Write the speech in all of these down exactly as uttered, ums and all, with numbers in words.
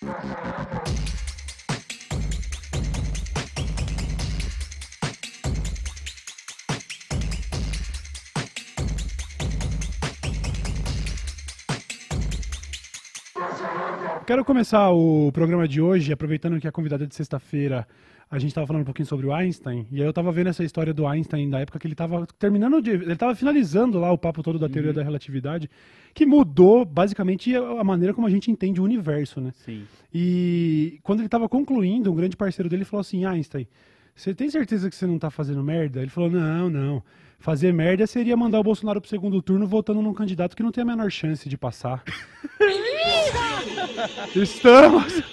Quero começar o programa de hoje, aproveitando que a convidada de sexta-feira, a gente estava falando um pouquinho sobre o Einstein, e aí eu estava vendo essa história do Einstein da época que ele estava terminando, de, ele estava finalizando lá o papo todo da teoria uhum. da relatividade, que mudou basicamente a maneira como a gente entende o universo, né? Sim. E quando ele estava concluindo, um grande parceiro dele falou assim, Einstein, você tem certeza que você não está fazendo merda? Ele falou, não, não. Fazer merda seria mandar o Bolsonaro pro segundo turno votando num candidato que não tem a menor chance de passar. Estamos...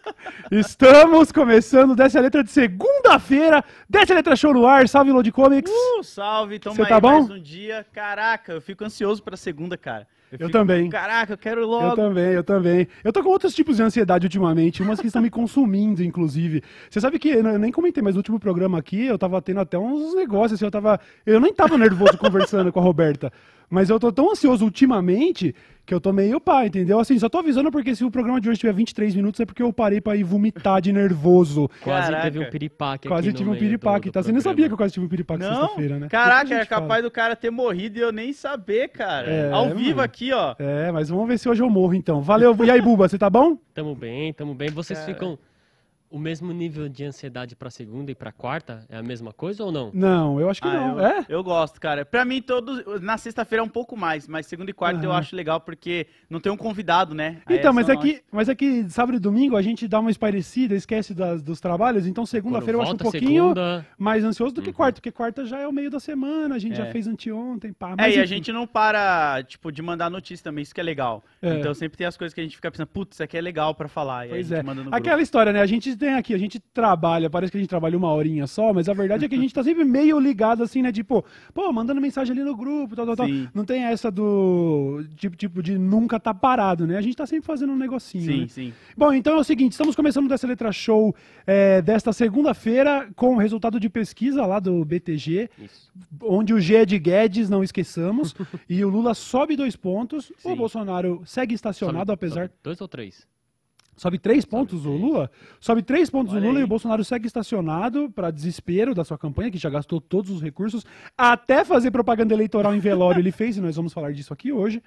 Estamos começando Desce a Letra de segunda-feira. Desce a Letra Show no ar. Salve, Load Comics. Uh, salve. Tamo Cê aí tá bom? mais um dia. Caraca, eu fico ansioso pra segunda, cara. Eu, eu fico, também. Caraca, eu quero logo. Eu também, eu também. Eu tô com outros tipos de ansiedade ultimamente, umas que estão me consumindo, inclusive. Você sabe que, eu nem comentei, mas no último programa aqui, eu tava tendo até uns negócios, assim, eu tava... Eu nem tava nervoso conversando com a Roberta, mas eu tô tão ansioso ultimamente que eu tô meio pá, entendeu? Assim, só tô avisando porque se o programa de hoje tiver vinte e três minutos é porque eu parei pra ir vomitar de nervoso. Quase Caraca. teve um piripaque Quase aqui tive no um piripaque, do, do tá? Você nem sabia que eu quase tive um piripaque sexta-feira, né? Caraca, é capaz do cara ter morrido e eu nem saber, cara. É, Ao vivo mano. aqui, ó. É, mas vamos ver se hoje eu morro, então. Valeu. E aí, Buba, você tá bom? Tamo bem, tamo bem. Vocês Cara. ficam... O mesmo nível de ansiedade pra segunda e pra quarta é a mesma coisa ou não? Não, eu acho que Ah, não. eu, É? eu gosto, cara. Pra mim, todos, na sexta-feira é um pouco mais, mas segunda e quarta Uhum. eu acho legal porque não tem um convidado, né? Aí Então, é mas só é, nós. que, mas é que sábado e domingo a gente dá uma espairecida, esquece das, dos trabalhos, então segunda-feira eu acho um Quando volta pouquinho segunda... mais ansioso do que Uhum. quarta, porque quarta já é o meio da semana, a gente É. já fez anteontem, pá. É, Mas, e a enfim. gente não para, tipo, de mandar notícia também, isso que é legal. É. Então sempre tem as coisas que a gente fica pensando, putz, isso aqui é legal pra falar, e aí a Pois gente é. manda no Aquela grupo. história, né? A gente tem aqui, a gente trabalha, parece que a gente trabalha uma horinha só, mas a verdade é que a gente tá sempre meio ligado, assim, né? Tipo, pô, mandando mensagem ali no grupo, tal, tal, tal. Sim. Não tem essa do, tipo, tipo, de nunca tá parado, né? A gente tá sempre fazendo um negocinho, Sim, né? sim. Bom, então é o seguinte, estamos começando dessa letra show é, desta segunda-feira com o resultado de pesquisa lá do B T G, Isso. onde o G é de Guedes, não esqueçamos, e o Lula sobe dois pontos, Sim. o Bolsonaro segue estacionado, Sobe- apesar... sobe Dois ou três? Sobe três pontos o três. Lula? Sobe três pontos Olha o Lula aí. e o Bolsonaro segue estacionado para desespero da sua campanha, que já gastou todos os recursos, até fazer propaganda eleitoral em velório ele fez, e nós vamos falar disso aqui hoje.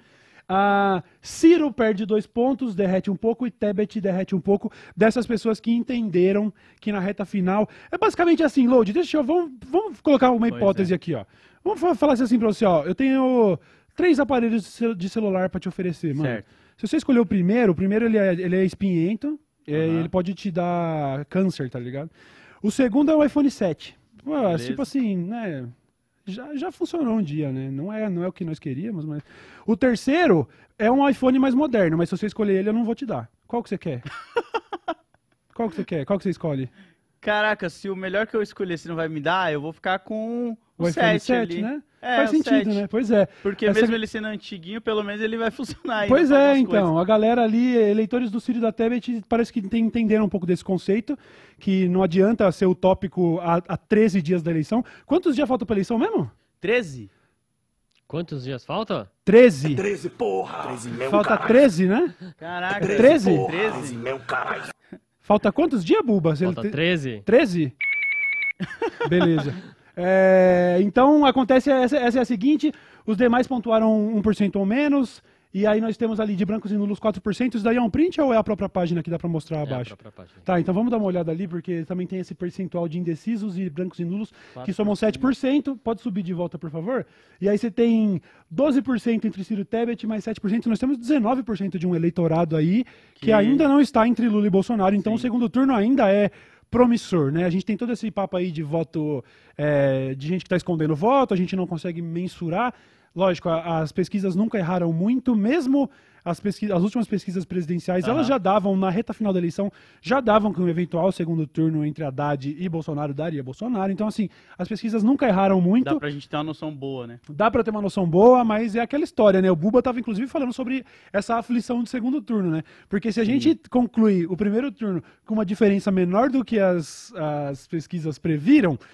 Ah, Ciro perde dois pontos, derrete um pouco, e Tebet derrete um pouco, dessas pessoas que entenderam que na reta final... É basicamente assim, Load, deixa eu... Vamos, vamos colocar uma Pois hipótese é. aqui, ó. Vamos fa- falar assim pra você, ó. Eu tenho três aparelhos de cel- de celular para te oferecer, mano. Certo. Se você escolher o primeiro, o primeiro ele é, ele é espinhento, é, Aham. ele pode te dar câncer, tá ligado? O segundo é o iPhone sete. Pô, Beleza. tipo assim, né? Já, já funcionou um dia, né? Não é, não é o que nós queríamos, mas... O terceiro é um iPhone mais moderno, mas se você escolher ele, eu não vou te dar. Qual que você quer? Qual que você quer? Qual que você escolhe? Caraca, se o melhor que eu escolher você não vai me dar, eu vou ficar com o, O iPhone sete sete, ali. né? É, Faz o sentido, sete. né? Pois é. Porque Essa- mesmo ele sendo antiguinho, pelo menos ele vai funcionar ainda. Pois pra é, algumas então, coisas. a galera ali, eleitores do Ciro e da Tebet, parece que tem- entenderam um pouco desse conceito, que não adianta ser utópico há, há treze dias da eleição. Quantos dias faltam pra eleição mesmo? treze? Quantos dias falta? treze. treze, porra! treze mesmo, Falta caralho. treze, né? Caraca. treze? porra, treze? treze mesmo, caralho. Falta quantos dias, Buba? Se ele Falta te- treze? treze? Beleza. É, então, acontece, essa, essa é a seguinte, os demais pontuaram um por cento ou menos, e aí nós temos ali de brancos e nulos quatro por cento, isso daí é um print ou é a própria página que dá pra mostrar É a abaixo? própria página. Tá, então vamos dar uma olhada ali, porque também tem esse percentual de indecisos e brancos e nulos, que quatro somam sete por cento. Pode subir de volta, por favor? E aí você tem doze por cento entre Ciro e Tebet, mais sete por cento. Nós temos dezenove por cento de um eleitorado aí, que, Que- ainda não está entre Lula e Bolsonaro. Então Sim. o segundo turno ainda é promissor, né? A gente tem todo esse papo aí de voto, é, de gente que está escondendo voto, a gente não consegue mensurar. Lógico, a- as pesquisas nunca erraram muito, mesmo as, pesqui- as últimas pesquisas presidenciais, Aham. elas já davam, na reta final da eleição, já davam que um eventual segundo turno entre Haddad e Bolsonaro daria Bolsonaro. Então, assim, as pesquisas nunca erraram muito. Dá pra gente ter uma noção boa, né? Dá pra ter uma noção boa, mas é aquela história, né? O Buba tava, inclusive, falando sobre essa aflição de segundo turno, né? Porque se a gente concluir o primeiro turno com uma diferença menor do que as, as pesquisas previram,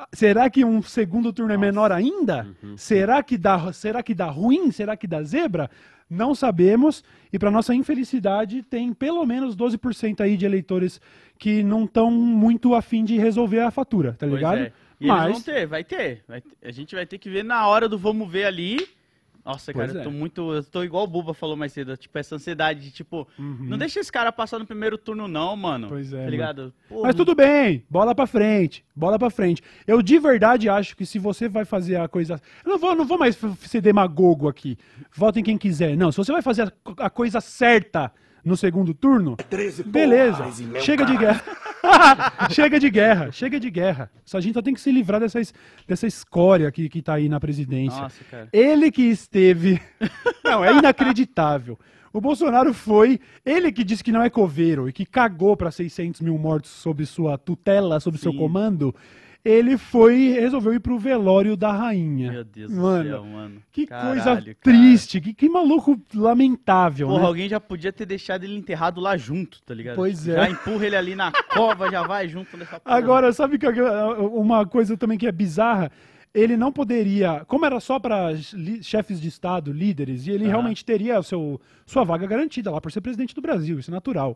Será que um segundo turno é menor ainda? Uhum. Será que dá, será que dá ruim? Será que dá zebra? Não sabemos. E para nossa infelicidade, tem pelo menos doze por cento aí de eleitores que não estão muito afim de resolver a fatura, tá Pois ligado? é. E Mas eles vão ter, vai ter. Vai ter. A gente vai ter que ver na hora do vamos ver ali. Nossa, Pois cara, eu tô é. muito. Eu tô igual o Buba falou mais cedo. Tipo, essa ansiedade de, tipo, não deixa esse cara passar no primeiro turno, não, mano. Pois é, Tá mano. ligado? Pô, Mas tudo bem, bola pra frente, bola pra frente. Eu de verdade acho que se você vai fazer a coisa... Eu não vou, não vou mais f- ser demagogo aqui, votem quem quiser. Não, se você vai fazer a, co- a coisa certa no segundo turno, treze, beleza, porra, treze, meu chega de caralho. guerra. Chega de guerra, chega de guerra. Só a gente só tem que se livrar dessa, es- dessa escória que, que tá aí na presidência. Nossa, cara. Ele que esteve... Não, é inacreditável. O Bolsonaro foi, ele que disse que não é coveiro e que cagou para seiscentos mil mortos sob sua tutela, sob seu Sim. comando, ele foi, resolveu ir pro velório da rainha. Meu Deus Mano, do céu, mano. Que Caralho, coisa cara. triste, que, que maluco lamentável, Porra, né? alguém já podia ter deixado ele enterrado lá junto, tá ligado? Pois é. Já empurra ele ali na cova, já vai junto nessa porra. Agora, sabe que uma coisa também que é bizarra? Ele não poderia, como era só para chefes de Estado, líderes, e ele Aham. realmente teria o seu, sua vaga garantida lá por ser presidente do Brasil, isso é natural.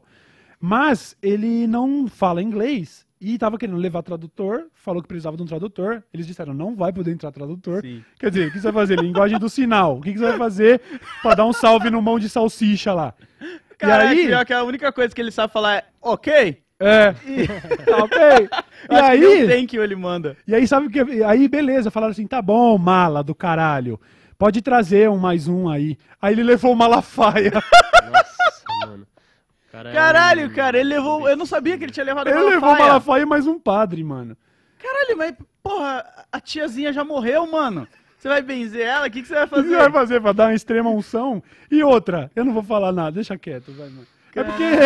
Mas ele não fala inglês e estava querendo levar tradutor, falou que precisava de um tradutor. Eles disseram, não vai poder entrar tradutor. Sim. Quer dizer, o que você vai fazer? Linguagem do sinal. O que você vai fazer para dar um salve no mão de salsicha lá? Caraca, e aí... pior que a única coisa que ele sabe falar é ok. É, tá ok. E Acho que nem aí... o thank you ele manda. E aí, sabe o que? Aí, beleza, falaram assim: tá bom, mala do caralho. Pode trazer um mais um aí. Aí ele levou o Malafaia. Nossa, mano. O cara é Caralho, um- cara, ele levou. Eu não sabia que ele tinha levado Ele Malafaia. levou o Malafaia e mais um padre, mano. Caralho, mas, porra, a tiazinha já morreu, mano. Você vai benzer ela? O que, que você vai O que fazer? você vai fazer pra dar uma extrema unção? E outra, eu não vou falar nada, deixa quieto, vai, mano. É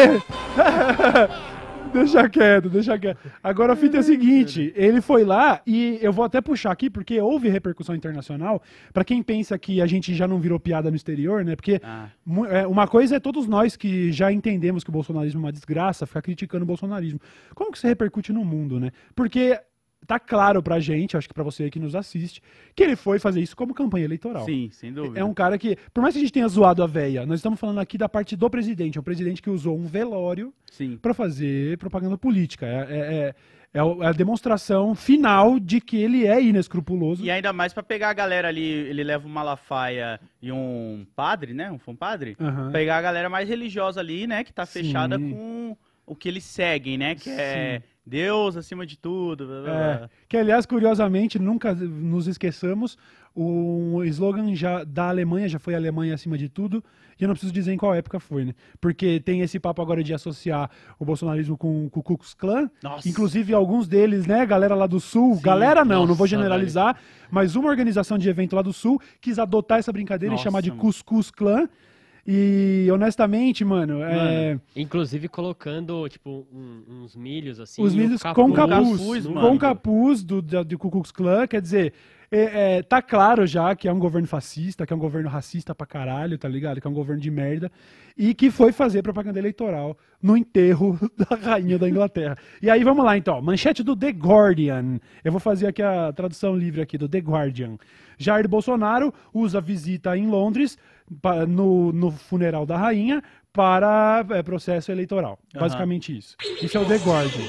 porque. Deixa quieto, deixa quieto. Agora a fita é a seguinte, ele foi lá e eu vou até puxar aqui porque houve repercussão internacional. Pra quem pensa que a gente já não virou piada no exterior, né? Porque Ah. mu- é, uma coisa é todos nós que já entendemos que o bolsonarismo é uma desgraça, ficar criticando o bolsonarismo. Como que isso repercute no mundo, né? Porque tá claro pra gente, acho que pra você que nos assiste, que ele foi fazer isso como campanha eleitoral. Sim, sem dúvida. É um cara que, por mais que a gente tenha zoado a véia, nós estamos falando aqui da parte do presidente. É um presidente que usou um velório Sim. pra fazer propaganda política. É, é, é, é o- é a demonstração final de que ele é inescrupuloso. E ainda mais pra pegar a galera ali, ele leva um Malafaia e um padre, né? Um, foi um padre? Aham. Pegar a galera mais religiosa ali, né? Que tá Sim. fechada com o que eles seguem, né? Que é Deus acima de tudo. Blá, blá, É, blá. que, aliás, curiosamente, nunca nos esqueçamos, o slogan já, da Alemanha já foi Alemanha acima de tudo, e eu não preciso dizer em qual época foi, né? Porque tem esse papo agora de associar o bolsonarismo com, com o Ku Klux Klan, Nossa. inclusive alguns deles, né, galera lá do Sul, Sim, galera não, não vou nossa, generalizar, mas uma organização de evento lá do Sul quis adotar essa brincadeira Nossa, e chamar de mano. Cuscuz Clan, e honestamente, mano, é... Inclusive colocando, tipo, um- uns milhos assim. Os e o milhos com capuz, capuz, com mano. capuz do, da- do Ku Klux Klan, quer dizer, é, é, tá claro já que é um governo fascista, que é um governo racista pra caralho, tá ligado? Que é um governo de merda, e que foi fazer propaganda eleitoral no enterro da rainha da Inglaterra. E aí, vamos lá então, manchete do The Guardian, eu vou fazer aqui a tradução livre aqui do The Guardian. Jair Bolsonaro usa visita em Londres pa- no, no funeral da rainha para é, processo eleitoral. Aham. Basicamente isso. Isso é o The Guardian.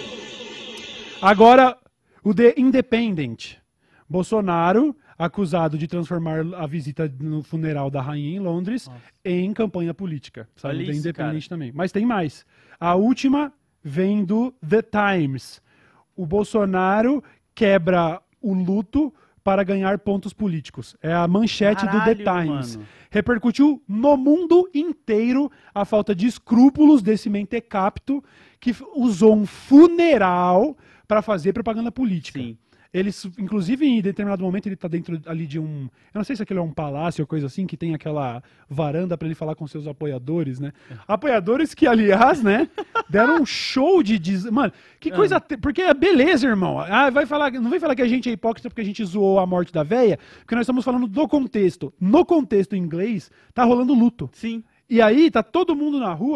Agora, o The Independent. Bolsonaro, acusado de transformar a visita no funeral da rainha em Londres em campanha política. Saiu Olha do The isso, Independent também. Mas tem mais. A última vem do The Times. O Bolsonaro quebra o luto para ganhar pontos políticos. É a manchete do The Caralho, Times. mano. Repercutiu no mundo inteiro a falta de escrúpulos desse mentecapto que f- usou um funeral para fazer propaganda política. Sim. Ele, su- inclusive, em determinado momento, ele tá dentro ali de um... Eu não sei se aquilo é um palácio ou coisa assim, que tem aquela varanda para ele falar com seus apoiadores, né? Apoiadores que, aliás, né, deram um show de... Des... Mano, que coisa... te- Porque é beleza, irmão. Ah, vai falar... Não vem falar que a gente é hipócrita porque a gente zoou a morte da véia, porque nós estamos falando do contexto. No contexto inglês, tá rolando luto. Sim. E aí, tá todo mundo na rua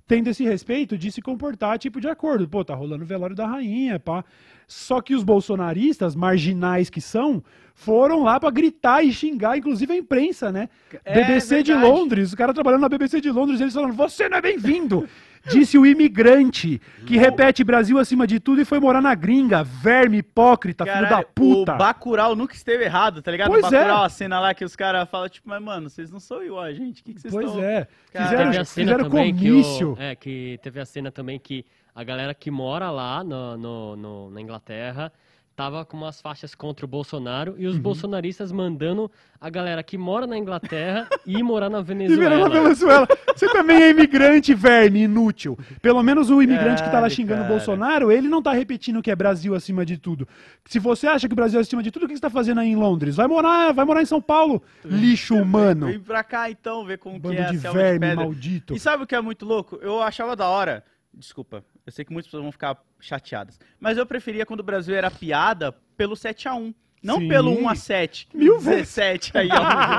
tendo esse respeito de se comportar tipo de acordo. Pô, tá rolando o velório da rainha, pá. Só que os bolsonaristas, marginais que são, foram lá pra gritar e xingar, inclusive a imprensa, né? É, B B C de verdade. Londres, o cara trabalhando na B B C de Londres, eles falando, você não é bem-vindo! Disse o imigrante, que repete Brasil acima de tudo e foi morar na gringa. Verme, hipócrita, filho da Caralho, puta. O Bacurau nunca esteve errado, tá ligado? Pois o Bacurau, é. a cena lá que os caras falam, tipo, mas mano, vocês não são igual a gente, o que, que vocês Pois estão... é. Cara, Fizeram, Teve a cena fizeram também que, comício. o, é, que teve a cena também que a galera que mora lá no, no, no- na Inglaterra tava com umas faixas contra o Bolsonaro e os Uhum. bolsonaristas mandando a galera que mora na Inglaterra ir morar na E viram Venezuela. na Venezuela. Você também é imigrante, verme, inútil. Pelo menos o imigrante que tá lá Caralho, xingando o cara. Bolsonaro, ele não tá repetindo que é Brasil acima de tudo. Se você acha que o Brasil é acima de tudo, o que você tá fazendo aí em Londres? Vai morar, vai morar em São Paulo, lixo humano. Vem pra cá então, ver como Bando que é a de selva de verme pedra. maldito. E sabe o que é muito louco? Eu achava da hora, desculpa, eu sei que muitas pessoas vão ficar chateadas, mas eu preferia quando o Brasil era piada pelo sete a um. Não Sim. pelo um a sete. Mil vezes. dezessete aí,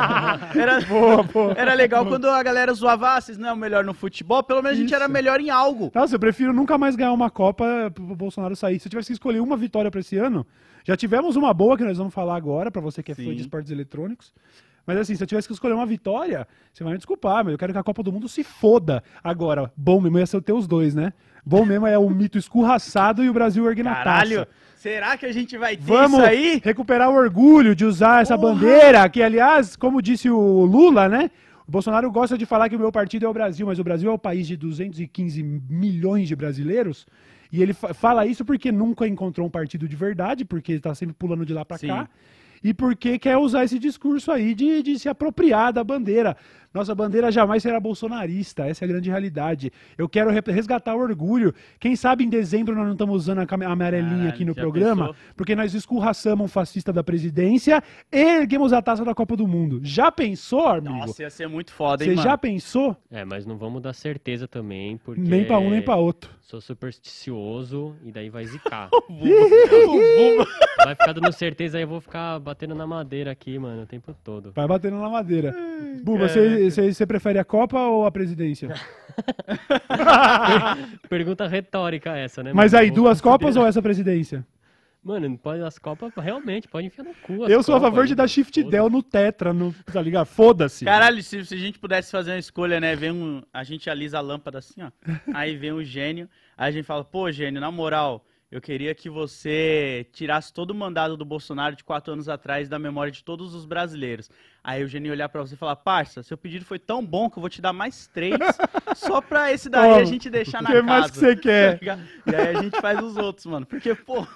ó. Era, Boa, boa. era legal quando a galera zoava, ah, vocês não é o melhor no futebol, pelo menos a gente Isso. era melhor em algo. Nossa, eu prefiro nunca mais ganhar uma Copa pro Bolsonaro sair. Se eu tivesse que escolher uma vitória pra esse ano, já tivemos uma boa que nós vamos falar agora, pra você que é fã Sim. de esportes eletrônicos. Mas assim, se eu tivesse que escolher uma vitória, você vai me desculpar, mas eu quero que a Copa do Mundo se foda. Agora, bom mesmo ia ser ter os dois, né? Bom mesmo é o mito escorraçado e o Brasil ergue na Caralho, taça. será que a gente vai ter Vamos isso aí? recuperar o orgulho de usar essa Porra! bandeira, que aliás, como disse o Lula, né? O Bolsonaro gosta de falar que o meu partido é o Brasil, mas o Brasil é o país de duzentos e quinze milhões de brasileiros. E ele fa- fala isso porque nunca encontrou um partido de verdade, porque ele tá sempre pulando de lá pra Sim. cá. E porque quer usar esse discurso aí de, de se apropriar da bandeira. Nossa bandeira jamais será bolsonarista, essa é a grande realidade. Eu quero re- resgatar o orgulho. Quem sabe em dezembro nós não estamos usando a cam- a amarelinha Caralho, aqui no já programa, pensou? porque nós escorraçamos um fascista da presidência e erguemos a taça da Copa do Mundo. Já pensou, amigo? Nossa, ia ser muito foda, hein, Você mano? já pensou? É, mas não vamos dar certeza também, porque Nem pra um, nem pra outro. sou supersticioso e daí vai zicar. O Bumba. Vai ficar dando certeza aí, eu vou ficar batendo na madeira aqui, mano, o tempo todo. Vai batendo na madeira. Buba, caraca. você você- você prefere a Copa ou a presidência? Pergunta retórica essa, né? Mas mano? aí, Vou duas considerar. Copas ou essa presidência? Mano, pode, as Copas, realmente, pode enfiar no cu. as Eu sou a Copas favor aí, de dar shift foda-se. del no Tetra, no, tá ligado? Foda-se. Caralho, se, se a gente pudesse fazer uma escolha, né? Vem um, a gente alisa a lâmpada assim, ó. Aí vem o gênio. Aí a gente fala, pô, gênio, na moral, eu queria que você tirasse todo o mandado do Bolsonaro de quatro anos atrás da memória de todos os brasileiros. Aí o gênio olhar pra você e falar, parça, seu pedido foi tão bom que eu vou te dar mais três, só pra esse daí Ó, a gente deixar na o que casa. mais que você quer? Tá ligado? E aí a gente faz os outros, mano. Porque, pô,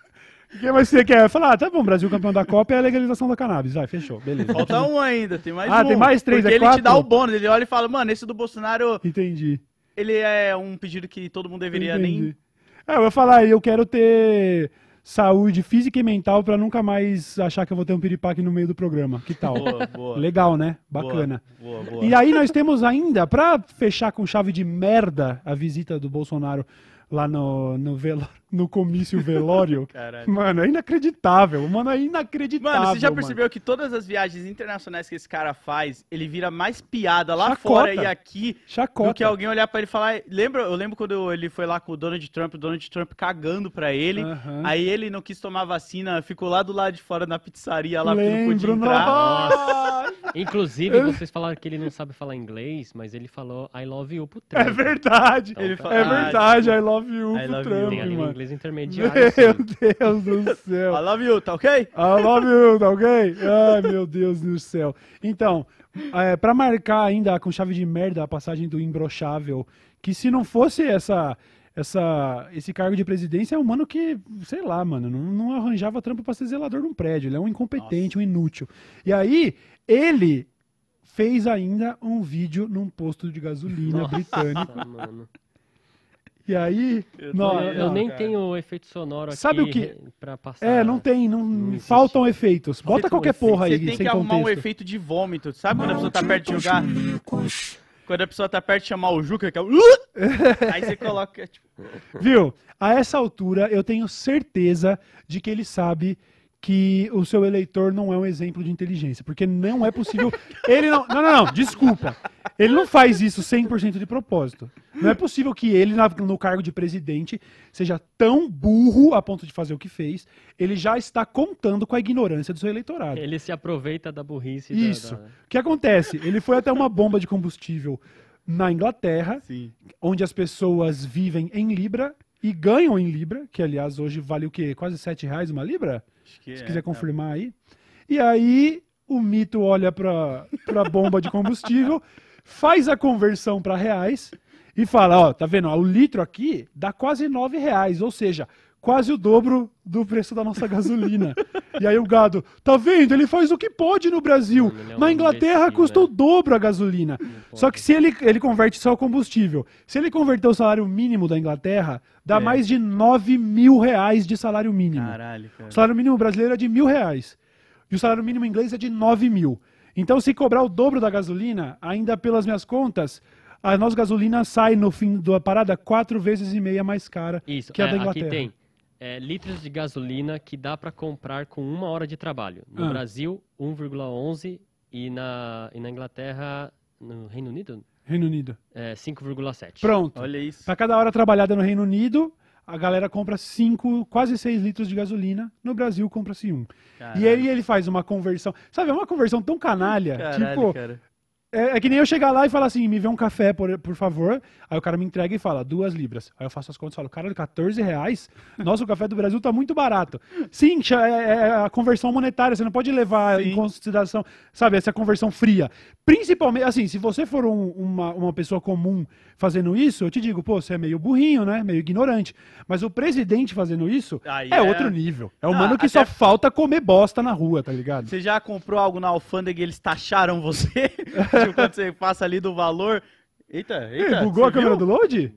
O que mais você quer? Falar, ah, tá bom, Brasil campeão da Copa é a legalização da cannabis. Vai, fechou, beleza. falta um ainda, tem mais Ah, um. tem mais três, Porque é ele te quatro? dá o bônus, ele olha e fala, mano, esse do Bolsonaro, Entendi. ele é um pedido que todo mundo deveria nem... Entendi. É, eu vou falar, eu quero ter saúde física e mental pra nunca mais achar que eu vou ter um piripaque no meio do programa. Que tal? Boa, boa. Legal, né? Boa, Bacana. Boa, boa. E aí nós temos ainda, pra fechar com chave de merda a visita do Bolsonaro lá no, no, velo, no comício velório. Caralho. Mano, é inacreditável. Mano, é inacreditável. Mano, você já mano. percebeu que todas as viagens internacionais que esse cara faz, ele vira mais piada lá Chacota. fora e aqui Chacota. do que alguém olhar pra ele e falar... Lembra, eu lembro quando ele foi lá com o Donald Trump, o Donald Trump cagando pra ele, Aham. aí ele não quis tomar vacina, ficou lá do lado de fora na pizzaria lá porque não podia Lembro, entrar. nossa. Inclusive, vocês falaram que ele não sabe falar inglês, mas ele falou I love you pro É Trump. verdade. Então, Ele tá fala- É Ah, verdade, I love you I pro love you. Trump, Tem a língua mano. inglês intermediária, Meu sim. Deus do céu. I love you, tá ok? I love you, tá ok? Ai, meu Deus do céu. Então, é, pra marcar ainda com chave de merda a passagem do imbrochável, que se não fosse essa, essa, esse cargo de presidência, é um mano que, sei lá, mano, não, não arranjava trampo pra ser zelador de um prédio. Ele é um incompetente, um inútil. E aí, ele fez ainda um vídeo num posto de gasolina britânico. Nossa, mano. E aí, Eu tô- não, Eu, eu não. nem cara. tenho efeito sonoro aqui Sabe o que- re- pra passar. É, não tem, não, Não existe. faltam efeitos. Bota Faltam qualquer efeitos. porra aí, Você tem sem que arrumar um contexto. efeito de vômito. Sabe quando a pessoa tá perto de jogar? Quando a pessoa tá perto de chamar o Juca, que é o... Aí você coloca, tipo... Viu? A essa altura, eu tenho certeza de que ele sabe que o seu eleitor não é um exemplo de inteligência, porque não é possível... ele não... Não, não, não, desculpa. Ele não faz isso cem por cento de propósito. Não é possível que ele, na- no cargo de presidente, seja tão burro a ponto de fazer o que fez. Ele já está contando com a ignorância do seu eleitorado. Ele se aproveita da burrice. da- Isso. da- O que acontece? Ele foi até uma bomba de combustível na Inglaterra, Sim. onde as pessoas vivem em Libra e ganham em Libra, que aliás hoje vale o quê? Quase sete reais uma Libra? Acho que Se é, quiser tá. confirmar aí. E aí o mito olha para a bomba de combustível, faz a conversão para reais e fala, ó, tá vendo? Ó, o litro aqui dá quase nove reais, ou seja, quase o dobro do preço da nossa gasolina. E aí o gado, tá vendo? Ele faz o que pode no Brasil. Mano, ele é um Na Inglaterra imbecil, custa né? o dobro a gasolina. Só que se ele, ele converte só o combustível, se ele converter o salário mínimo da Inglaterra, dá É. mais de nove mil reais de salário mínimo. Caralho, cara. O salário mínimo brasileiro é de mil reais. E o salário mínimo inglês é de nove mil. Então, se cobrar o dobro da gasolina, ainda pelas minhas contas, a nossa gasolina sai no fim da parada quatro vezes e meia mais cara Isso, que a é, da aqui Inglaterra. tem é, litros de gasolina que dá para comprar com uma hora de trabalho. No Ah. Brasil, um vírgula onze e na, e na Inglaterra, no Reino Unido, Reino Unido. é cinco vírgula sete. Pronto. Olha isso. Para cada hora trabalhada no Reino Unido, a galera compra cinco, quase seis litros de gasolina. No Brasil, compra-se um. Caralho. E aí ele faz uma conversão. Sabe, é uma conversão tão canalha. Caralho, tipo, cara. É, é que nem eu chegar lá e falar assim, me vê um café, por, por favor. Aí o cara me entrega e fala, duas libras. Aí eu faço as contas e falo, caralho, quatorze reais? Nossa, o café do Brasil tá muito barato. Sim, cha- é, é a conversão monetária, você não pode levar Sim. em consideração, sabe, essa conversão fria. Principalmente, assim, se você for um- uma, uma pessoa comum fazendo isso, eu te digo, pô, você é meio burrinho, né, meio ignorante. Mas o presidente fazendo isso Aí é, é- outro nível. É o Ah, mano que até- só falta comer bosta na rua, tá ligado? Você já comprou algo na alfândega e eles taxaram você? Tipo, quando você passa ali do valor. Eita, Ih, eita. bugou a você câmera viu? do load?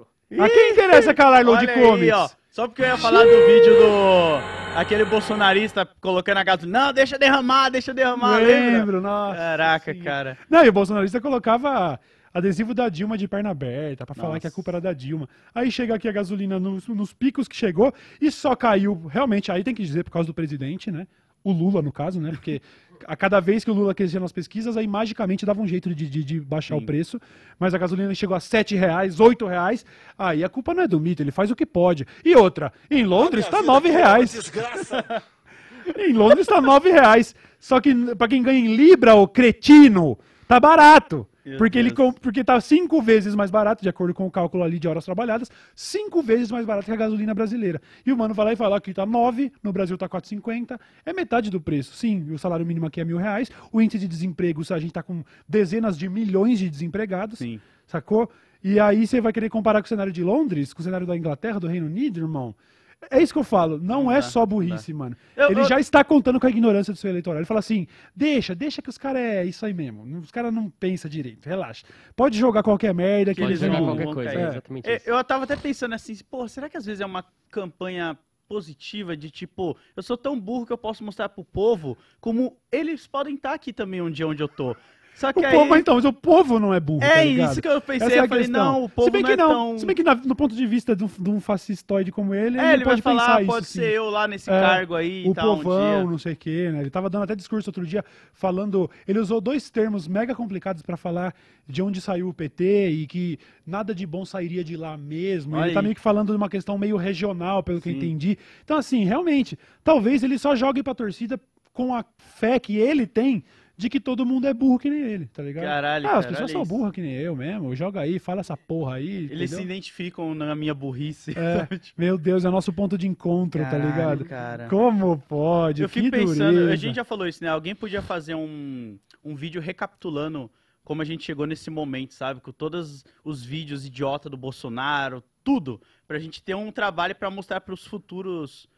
A quem interessa calar load Olha comics? aí, ó. Só porque eu ia falar do vídeo do... Aquele bolsonarista colocando a gasolina. Não, deixa derramar, deixa derramar. lembra? Lembro, nossa. Caraca, sim. cara. Não, e o bolsonarista colocava adesivo da Dilma de perna aberta pra falar Nossa. que a culpa era da Dilma. Aí chega aqui a gasolina nos, nos picos que chegou e só caiu. Realmente, aí tem que dizer por causa do presidente, né? O Lula, no caso, né? Porque a cada vez que o Lula crescia nas pesquisas, aí magicamente dava um jeito de, de- de baixar Sim. o preço. Mas a gasolina chegou a sete reais, oito reais. Aí a culpa não é do mito, ele faz o que pode. E outra, em Londres tá nove reais. Desgraça. Em Londres tá nove reais. Só que pra quem ganha em Libra, ô cretino, tá barato. Meu Porque, ele, Deus. com- porque tá cinco vezes mais barato, de acordo com o cálculo ali de horas trabalhadas, cinco vezes mais barato que a gasolina brasileira. E o mano vai lá e fala que tá nove, no Brasil tá quatro e cinquenta, é metade do preço. Sim, o salário mínimo aqui é mil reais, o índice de desemprego, a gente tá com dezenas de milhões de desempregados, Sim. sacou? E aí você vai querer comparar com o cenário de Londres, com o cenário da Inglaterra, do Reino Unido, irmão? É isso que eu falo, não, Não é dá, só não burrice, mano. Eu- Ele eu- já está contando com a ignorância do seu eleitorado. Ele fala assim, deixa, deixa que os caras é isso aí mesmo. Os caras não pensam direito, relaxa. Pode jogar qualquer merda que Pode eles jogar vão... qualquer vão coisa, cair. é É. exatamente É, isso. Eu tava até pensando assim, pô, será que às vezes é uma campanha positiva de tipo, eu sou tão burro que eu posso mostrar pro povo como eles podem estar aqui também um dia onde eu tô. Só que O aí... povo, então, mas o povo não é burro, É tá ligado? isso que eu pensei, Essa é a eu falei, questão. não, o povo se bem não que é não, tão... Se bem que na- no ponto de vista de um, de um fascistoide como ele, É, ele, ele vai pode falar, pensar ah, isso, pode sim. ser eu lá nesse É, cargo aí e o tal, um povão, dia. não sei o quê, né? Ele tava dando até discurso outro dia falando, ele usou dois termos mega complicados pra falar de onde saiu o P T e que nada de bom sairia de lá mesmo. Olha Ele tá aí. meio que falando de uma questão meio regional, pelo que eu Sim. entendi. Então assim, realmente, talvez ele só jogue pra torcida com a fé que ele tem de que todo mundo é burro que nem ele, tá ligado? Caralho, ah, as cara, pessoas olha são isso. burras que nem eu mesmo. Joga aí, fala essa porra aí. Eles se entendeu? identificam na minha burrice. É, sabe? Tipo, meu Deus, é nosso ponto de encontro, tá caralho, ligado? cara. Como pode? Eu Que fico pensando, dureza. a gente já falou isso, né? Alguém podia fazer um, um vídeo recapitulando como a gente chegou nesse momento, sabe? Com todos os vídeos idiota do Bolsonaro, tudo. Pra gente ter um trabalho pra mostrar pros futuros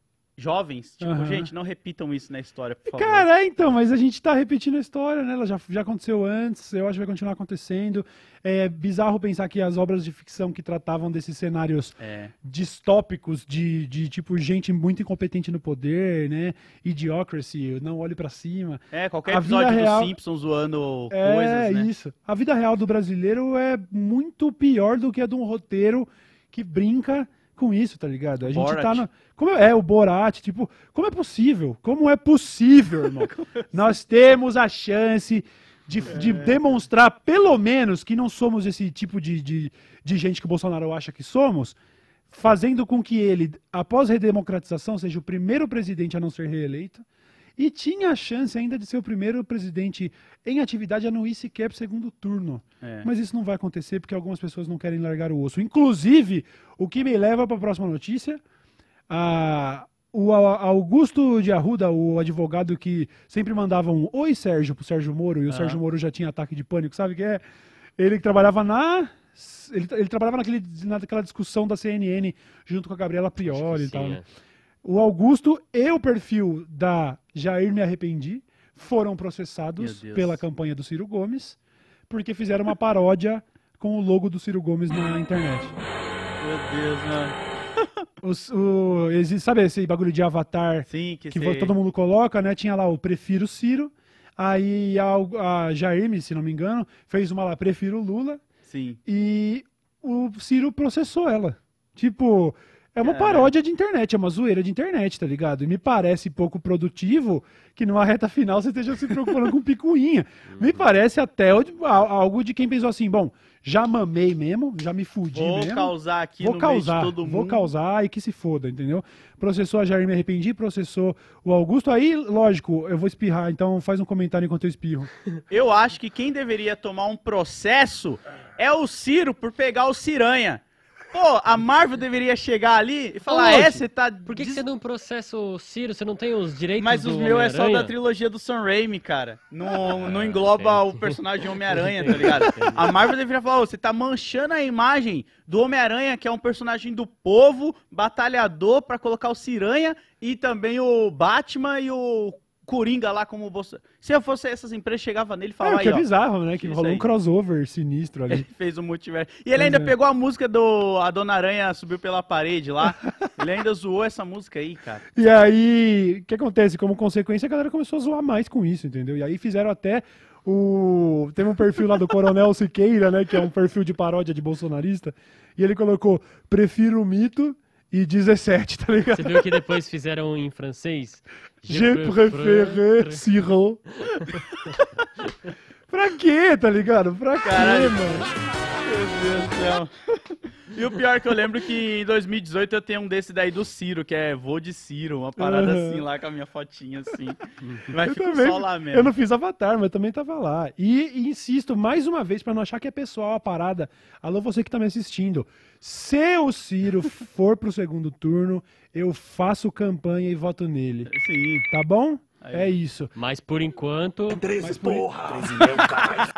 jovens. Tipo, Aham. gente, não repitam isso na história, por favor. Cara, é, então, mas a gente tá repetindo a história, né? Ela já, já aconteceu antes, eu acho que vai continuar acontecendo. É bizarro pensar que as obras de ficção que tratavam desses cenários É. distópicos de, de tipo gente muito incompetente no poder, né? Idiocracy, não olhe pra cima. É, qualquer A vida episódio real- dos Simpsons zoando É coisas, né? isso. A vida real do brasileiro é muito pior do que a de um roteiro que brinca com isso, tá ligado? A gente Borat. tá no... Como é, é, o Borat, tipo, como é possível? Como é possível, irmão? Nós temos a chance de, É. de demonstrar, pelo menos, que não somos esse tipo de, de, de gente que o Bolsonaro acha que somos, fazendo com que ele, após a redemocratização, seja o primeiro presidente a não ser reeleito, e tinha a chance ainda de ser o primeiro presidente em atividade a não ir sequer para o segundo turno. É. Mas isso não vai acontecer porque algumas pessoas não querem largar o osso. Inclusive, o que me leva para a próxima notícia, a, o a- Augusto de Arruda, o advogado que sempre mandava um oi Sérgio pro Sérgio Moro, e o Ah. Sérgio Moro já tinha ataque de pânico, sabe o que é? Ele que trabalhava na... Ele, ele trabalhava naquele, naquela discussão da C N N junto com a Gabriela Prioli e Sim, tal, né? é. O Augusto e o perfil da Jair Me Arrependi foram processados Meu Deus. pela campanha do Ciro Gomes porque fizeram uma paródia com o logo do Ciro Gomes na internet. Meu Deus, mano. Os, o, existe, sabe esse bagulho de avatar Sim, que, que sei. todo mundo coloca, né? Tinha lá o Prefiro Ciro, aí a, a Jair, se não me engano, fez uma lá, Prefiro Lula, Sim. e o Ciro processou ela. Tipo, é uma Caralho. paródia de internet, é uma zoeira de internet, tá ligado? E me parece pouco produtivo que numa reta final você esteja se preocupando com picuinha. Me parece até o- a- algo de quem pensou assim, bom, já mamei mesmo, já me fudi Vou mesmo. causar aqui Vou no causar, meio de todo mundo. vou causar e que se foda, entendeu? Processou a Jair Me Arrependi, processou o Augusto. Aí, lógico, eu vou espirrar, então faz um comentário enquanto eu espirro. Eu acho que quem deveria tomar um processo é o Ciro por pegar o Ciranha. Pô, a Marvel deveria chegar ali e falar, Ô, é, Lodi, você tá... Por que, que des- você não processa o Ciro? Você não tem os direitos Mas do os meus é só da Homem-Aranha? trilogia do Sam Raimi, cara. Não, não engloba entendi. o personagem Homem-Aranha, tá ligado? A Marvel deveria falar, ô, você tá manchando a imagem do Homem-Aranha, que é um personagem do povo, batalhador, pra colocar o Ciranha e também o Batman e o Coringa lá como bolsa. Se eu fosse essas empresas, chegava nele e É, falava o que aí, é ó. bizarro, né? Que isso rolou aí. um crossover sinistro ali. Ele fez o multiverso. E ele Pois ainda é. pegou a música do A Dona Aranha Subiu Pela Parede lá. Ele ainda zoou essa música aí, cara. E aí, o que acontece? Como consequência, a galera começou a zoar mais com isso, entendeu? E aí fizeram até o... Tem um perfil lá do Coronel Siqueira, né? Que é um perfil de paródia de bolsonarista. E ele colocou, prefiro o mito e dezessete, tá ligado? Você viu que depois fizeram em francês? Je préfère Ciro. Pra quê, tá ligado? Pra quê, Caralho. mano? Meu Deus do céu. E o pior é que eu lembro que em dois mil e dezoito eu tenho um desse daí do Ciro, que é Vou de Ciro, uma parada Uhum. assim lá com a minha fotinha assim. Mas Eu ficou também, só lá mesmo. eu não fiz avatar, mas também tava lá. E, e insisto mais uma vez pra não achar que é pessoal a parada. Alô, você que tá me assistindo. Se o Ciro for pro segundo turno, eu faço campanha e voto nele. Sim. Tá bom? Aí. É isso. Mas por enquanto, treze, porra. treze mil, caralho.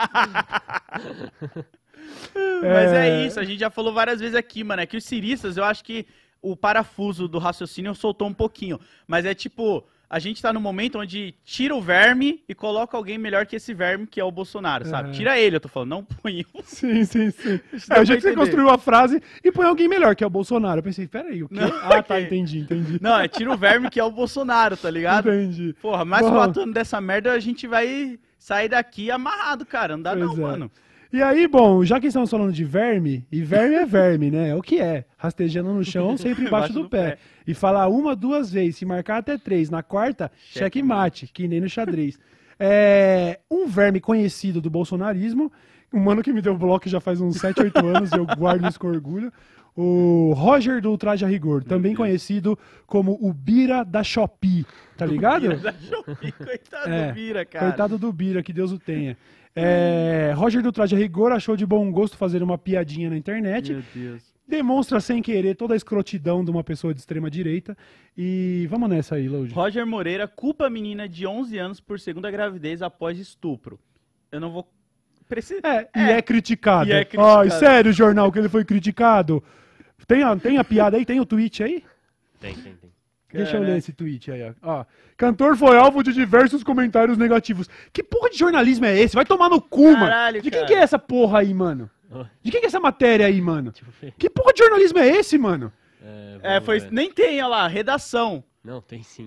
Mas é... É. isso, a gente já falou várias vezes aqui, mano. É que os ciristas, eu acho que o parafuso do raciocínio soltou um pouquinho. Mas é tipo, a gente tá no momento onde tira o verme e coloca alguém melhor que esse verme, que é o Bolsonaro, sabe? Uhum. Tira ele, eu tô falando, não põe o... Sim, sim, sim. dá É, o pra jeito que você entender. construiu a frase e põe alguém melhor, que é o Bolsonaro. Eu pensei, peraí, o quê? Não, Ah, tá, ok. entendi, entendi. Não, é tira o verme que é o Bolsonaro, tá ligado? Entendi. Porra, mais Bom. quatro anos dessa merda, a gente vai sair daqui amarrado, cara. Não dá Pois não, é. mano. E aí, bom, já que estamos falando de verme, e verme é verme, né? É o que é. Rastejando no chão, sempre embaixo do, pé. E falar uma, duas vezes, se marcar até três. Na quarta, cheque mate, que nem no xadrez. É, um verme conhecido do bolsonarismo, um mano que me deu bloco já faz uns sete, oito anos, e eu guardo isso com orgulho. O Roger do Traje a Rigor, também conhecido como o Bira da Shopee, tá ligado? Bira da Shopee, coitado É, do Bira, cara. Coitado do Bira, que Deus o tenha. É, Roger do Traje a Rigor achou de bom gosto fazer uma piadinha na internet. Meu Deus. Demonstra sem querer toda a escrotidão de uma pessoa de extrema direita. E vamos nessa aí, Load. Roger Moreira culpa a menina de onze anos por segunda gravidez após estupro. Eu não vou... Preciso... É, e é, criticado. E é criticado. Ai, sério, jornal, que ele foi criticado. Tem a, tem a piada aí? Tem o tweet aí? tem, tem, tem. Deixa eu Caraca. ler esse tweet aí, ó. Ó. Cantor foi alvo de diversos comentários negativos. Que porra de jornalismo é esse? Vai tomar no cu, mano. Caralho, De quem cara. que é essa porra aí, mano? Ó, De quem que é essa matéria aí, mano? deixa eu ver. Que porra de jornalismo é esse, mano? É, É, vamos foi... ver. Nem tem, olha lá, redação. Não, tem sim.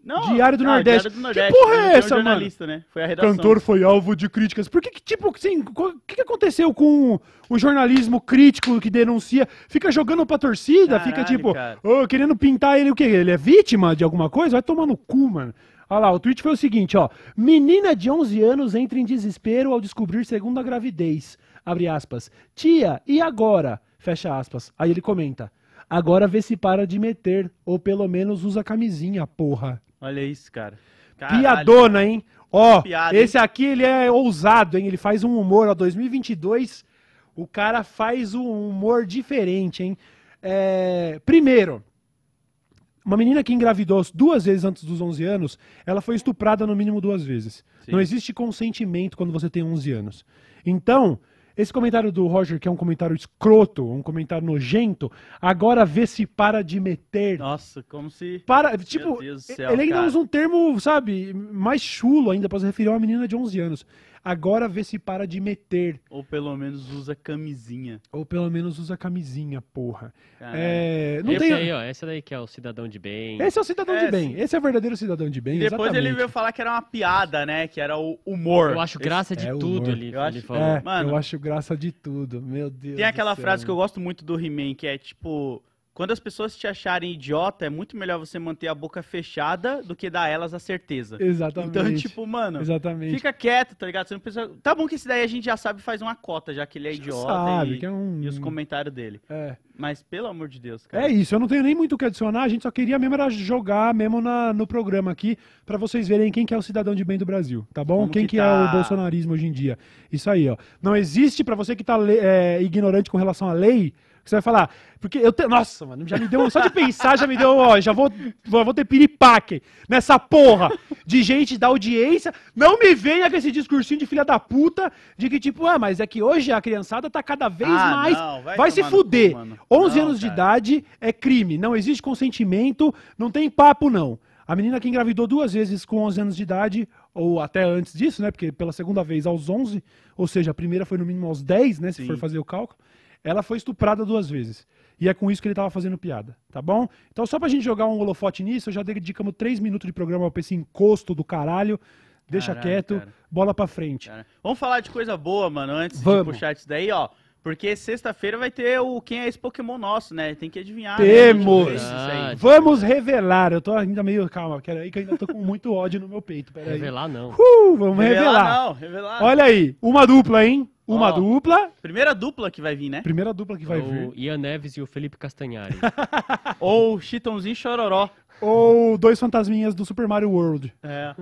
Não, Diário do ah, Nordeste. Diário do Nordeste. Que porra é Não tem um essa, mano? jornalista, né? Foi a redação. Cantor foi alvo de críticas. Por que, que tipo, assim, o que, que aconteceu com o jornalismo crítico que denuncia? Fica jogando pra torcida, Caralho, fica tipo, cara. ô, querendo pintar ele o quê? Ele é vítima de alguma coisa? Vai tomar no cu, mano. Olha lá, o tweet foi o seguinte, ó. Menina de onze anos entra em desespero ao descobrir segunda gravidez. Abre aspas. Tia, e agora? Fecha aspas. Aí ele comenta. Agora vê se para de meter, ou pelo menos usa camisinha, porra. Olha isso, cara. Caralho. Piadona, hein? Ó, Piada, esse aqui ele é ousado, hein? Ele faz um humor, ó, dois mil e vinte e dois, o cara faz um humor diferente, hein? É, primeiro, uma menina que engravidou duas vezes antes dos onze anos, ela foi estuprada no mínimo duas vezes. Sim. Não existe consentimento quando você tem onze anos. Então, esse comentário do Roger, que é um comentário escroto, um comentário nojento, agora vê se para de meter. Nossa, como se... Para, tipo, Deus do céu, ele ainda cara. usa um termo, sabe, mais chulo ainda pra se referir a uma menina de onze anos. Agora vê se para de meter. Ou pelo menos usa camisinha. Ou pelo menos usa camisinha, porra. Caralho. É, não esse tem... aí, ó, esse daí que é o cidadão de bem. Esse é o cidadão É, de bem. sim. Esse é o verdadeiro cidadão de bem, E depois exatamente. ele veio falar que era uma piada, né? Que era o humor. Eu acho graça de é tudo, humor. ele, Eu ele acho- falou. É, Mano, eu acho graça de tudo, meu Deus Tem aquela do céu, frase que eu mano. gosto muito do He-Man, que é tipo... Quando as pessoas te acharem idiota, é muito melhor você manter a boca fechada do que dar a elas a certeza. Exatamente. Então, tipo, mano, Exatamente. fica quieto, tá ligado? Você não precisa... Tá bom que esse daí a gente já sabe faz uma cota, já que ele é Já idiota sabe, e, que é um- e os comentários dele. É. Mas, pelo amor de Deus, cara. É isso, eu não tenho nem muito o que adicionar, a gente só queria mesmo era jogar mesmo na, no programa aqui, pra vocês verem quem que é o cidadão de bem do Brasil, tá bom? Como quem que que, é tá- o bolsonarismo hoje em dia. Isso aí, ó. Não existe, pra você que tá le- é, ignorante com relação à lei, que você vai falar, porque eu te... Nossa, mano, já me deu, só de pensar já me deu, ó, já vou, vou ter piripaque nessa porra de gente da audiência, não me venha com esse discursinho de filha da puta, de que tipo, ah, mas é que hoje a criançada tá cada vez Ah, mais, não, vai vai se tomar no fuder, cu, mano. onze Não, anos de cara. idade é crime, não existe consentimento, não tem papo não. A menina que engravidou duas vezes com onze anos de idade, ou até antes disso, né, porque pela segunda vez aos onze, ou seja, a primeira foi no mínimo aos dez, né, se Sim. for fazer o cálculo, ela foi estuprada duas vezes. E é com isso que ele tava fazendo piada, tá bom? Então só pra gente jogar um holofote nisso, já dedicamos três minutos de programa pra esse encosto do caralho. Deixa Caralho, quieto, cara. bola pra frente. Cara. Vamos falar de coisa boa, mano, antes Vamos. de puxar isso daí, ó. Porque sexta-feira vai ter o Quem é esse Pokémon nosso, né? Tem que adivinhar. Temos! Né? Isso aí. Vamos revelar. Eu tô ainda meio... Calma, pera aí que eu ainda tô com muito ódio no meu peito. Pera aí. Revelar não. Uh, vamos revelar. não, revelar. Olha aí, uma dupla, hein? Uma Ó. dupla. Primeira dupla que vai vir, né? Primeira dupla que vai o vir. Ian Neves e o Felipe Castanhari. Ou Chitãozinho Chororó. Ou dois fantasminhas do Super Mario World. É.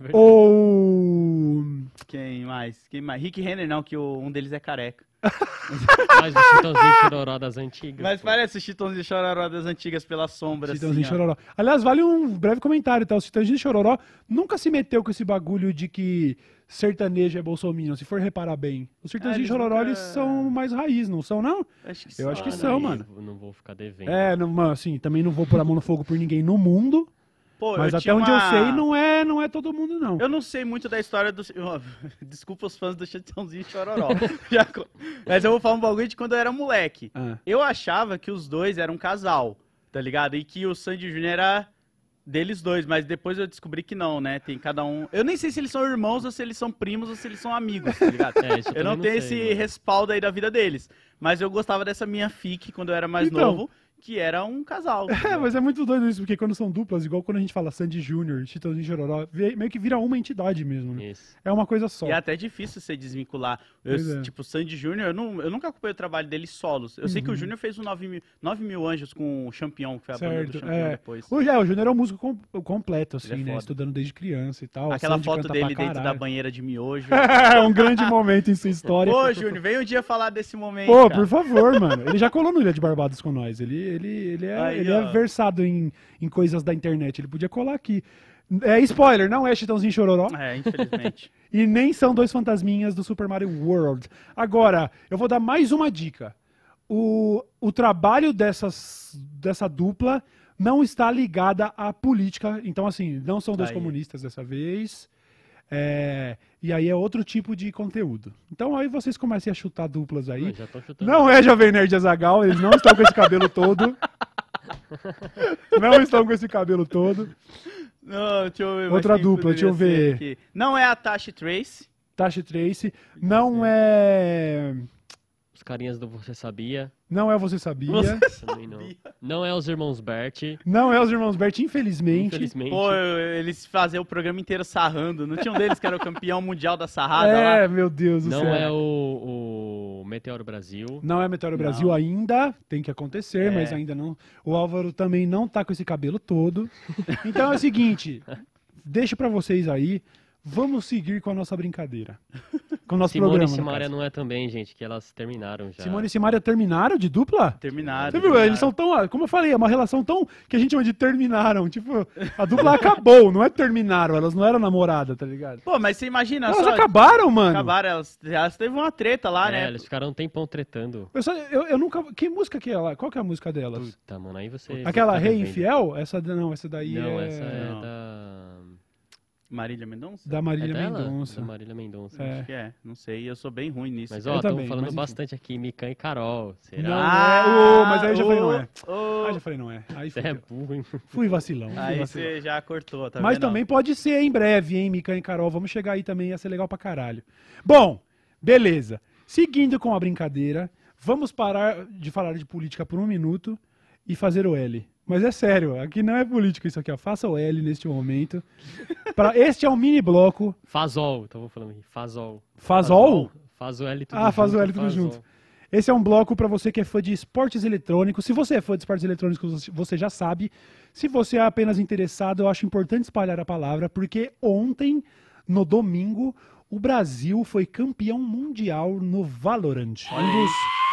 Ou... Quem mais? Quem mais? Rick Renner não, que o- um deles é careca. Mas o Chitãozinho Chororó das antigas. Mas pô. parece o Chitãozinho Chororó das antigas pela sombra, Chitãozinho assim, ó. Chororó. Aliás, vale um breve comentário, tá? O Chitãozinho Chororó nunca se meteu com esse bagulho de que sertanejo é bolsominion, se for reparar bem. Os Chitãozinho eles Chororó, nunca- eles são mais raiz, não são, não? Acho que Eu só, acho que né? são, Aí mano. eu Não vou ficar devendo. É, não, mano, assim, também não vou pôr a mão no fogo por ninguém no mundo, Pô, mas eu até tinha onde uma- eu sei, não é, não é todo mundo, não. Eu não sei muito da história do... Desculpa os fãs do Chitãozinho Chororó. Já co- Mas eu vou falar um bagulho de quando eu era moleque. Ah. Eu achava que os dois eram um casal, tá ligado? E que o Sandy Júnior era deles dois, mas depois eu descobri que não, né? Tem cada um... Eu nem sei se eles são irmãos, ou se eles são primos, ou se eles são amigos, tá ligado? É, isso eu Eu não também tenho sei, esse mano. respaldo aí da vida deles. Mas eu gostava dessa minha fic quando eu era mais Então. novo, que era um casal. É, mas é muito doido isso, porque quando são duplas, igual quando a gente fala Sandy Júnior, Chitãozinho Chororó, vê- meio que vira uma entidade mesmo, né? Isso. É uma coisa só. E é até difícil você desvincular. Eu, Pois é. Tipo, o Sandy Júnior, eu, não, eu nunca acompanhei o trabalho dele solos. Eu sei que o Júnior fez um nove mil, nove mil Anjos com o Champion, que foi a banda do Certo, Champion é. depois. O, é, o Júnior é um músico com- completo, assim, Ele é né? foda. Estudando desde criança e tal. Aquela Sandy foto canta dele pra dentro da caralho. banheira de miojo. É um grande momento em sua história. Pô, Júnior, vem um dia falar desse momento, Pô, cara. por favor, mano. Ele já colou no Ilha de Barbados com nós. Ele, ele, ele, é, Aí, ele é ó. versado em, em coisas da internet. Ele podia colar aqui. É spoiler, não é Chitãozinho Chororó. É, infelizmente. E nem são dois fantasminhas do Super Mario World. Agora, eu vou dar mais uma dica. O, o trabalho dessas, dessa dupla não está ligada à política. Então, assim, não são dois Aí. comunistas dessa vez. É, e aí é outro tipo de conteúdo. Então aí vocês comecem a chutar duplas aí. Ah, já tô chutando. Não é Jovem Nerd Azaghal, eles não estão com esse cabelo todo. Não estão com esse cabelo todo. Não, deixa eu ver. mas Outra quem dupla, deixa eu poderia ser ver. aqui? Não é a Tashi Trace. Tasha Trace. Não é... Os carinhas do Você Sabia. Não é Você Sabia. Você Também não. Não é os irmãos Bert. Não é os Irmãos Bert, infelizmente. Infelizmente. Pô, eles faziam o programa inteiro sarrando. Não tinha um deles que era o campeão mundial da sarrada É, lá? meu Deus do Não céu. é o, o Meteoro Brasil. Não é Meteoro Brasil Não. ainda, tem que acontecer, É. mas ainda não. O Álvaro também não tá com esse cabelo todo. Então é o seguinte, deixo pra vocês aí, vamos seguir com a nossa brincadeira. Com o nosso Simone programa. e no Simaria caso. não é também, gente, que elas terminaram já. Simone e Simaria terminaram de dupla? Terminaram. Você viu? terminaram. Eles são tão. Como eu falei, é uma relação tão. Que a gente chama de terminaram. Tipo, a dupla acabou, não é terminaram. Elas não eram namoradas, tá ligado? Pô, mas você imagina Elas só... acabaram, mano. Acabaram, elas, elas teve uma treta lá, É, né? eles ficaram um tempão tretando. Eu, só, eu, eu nunca. Que música que é lá? Qual que é a música delas? Puta, mano, aí você... Aquela tá Rei devendo. Infiel? Essa da- não, essa daí Não, é. essa é Não. da... Marília Mendonça? Da É Marília dela? Mendonça. Da Marília Mendonça. É. Acho que é, não sei, eu sou bem ruim nisso. Mas, Eu ó, também, estamos falando mas enfim. bastante aqui, Mikan e Carol. Será? Não. Ah, é, ô, mas aí eu já falei, não é. ô, Ah, já falei, não é. Aí Você é fui, burro, hein? fui vacilão. Fui Aí vacilão. você já cortou, tá Mas vendo? também pode ser em breve, hein, Mikan e Carol. Vamos chegar aí também, ia ser legal pra caralho. Bom, beleza. Seguindo com a brincadeira, vamos parar de falar de política por um minuto e fazer o L. Mas é sério, aqui não é política isso aqui, ó. Faça o L neste momento. Pra, este é um mini bloco. Fazol, tava falando aqui. Fazol. Fazol? Faz o L tudo Ah, junto. faz o L tudo Fazol. junto. Esse é um bloco pra você que é fã de esportes eletrônicos. Se você é fã de esportes eletrônicos, você já sabe. Se você é apenas interessado, eu acho importante espalhar a palavra, porque ontem, no domingo, o Brasil foi campeão mundial no Valorant. Um dos...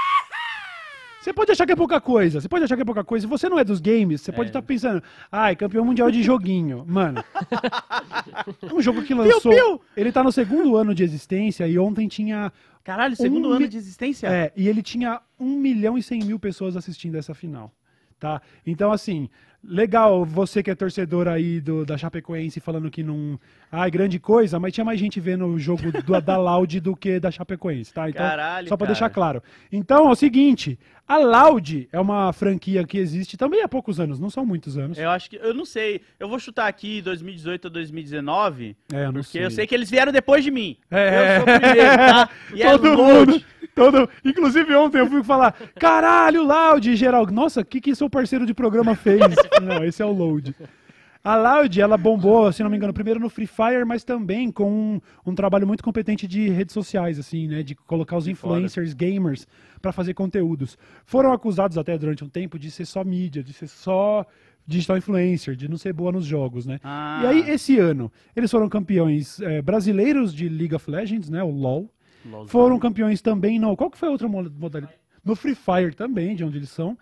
Você pode achar que é pouca coisa, você pode achar que é pouca coisa. Se você não é dos games, você pode estar pensando, ai, campeão mundial de joguinho. Mano, é um jogo que lançou... piu! Ele tá no segundo ano de existência e ontem tinha... Caralho, segundo Um ano mi- de existência? É, e ele tinha um milhão e cem mil pessoas assistindo essa final, tá? Então, assim, legal você que é torcedor aí do, da Chapecoense falando que não... Ai, grande coisa, mas tinha mais gente vendo o jogo do, da Loud do que da Chapecoense, tá? Então, Caralho, só pra cara. deixar claro. Então, é o seguinte, a Loud é uma franquia que existe também há poucos anos, não são muitos anos. Eu acho que, eu não sei, eu vou chutar aqui dois mil e dezoito ou dois mil e dezenove, É, eu não porque sei. eu sei que eles vieram depois de mim. É. Eu sou o primeiro, tá? E é Todo Load. mundo, todo, inclusive ontem eu fui falar, caralho, Loud, geral, nossa, o que que seu parceiro de programa fez? Não, esse é o Load. A Loud, ela bombou, se não me engano, primeiro no Free Fire, mas também com um, um trabalho muito competente de redes sociais, assim, né, de colocar os influencers, gamers, pra fazer conteúdos. Foram acusados até durante um tempo de ser só mídia, de ser só digital influencer, de não ser boa nos jogos, né? Ah. E aí, esse ano, eles foram campeões eh, brasileiros de League of Legends, né, o LoL. LOL. Foram campeões também, não. Qual que foi a outra mo- modalidade? No Free Fire também, de onde eles são.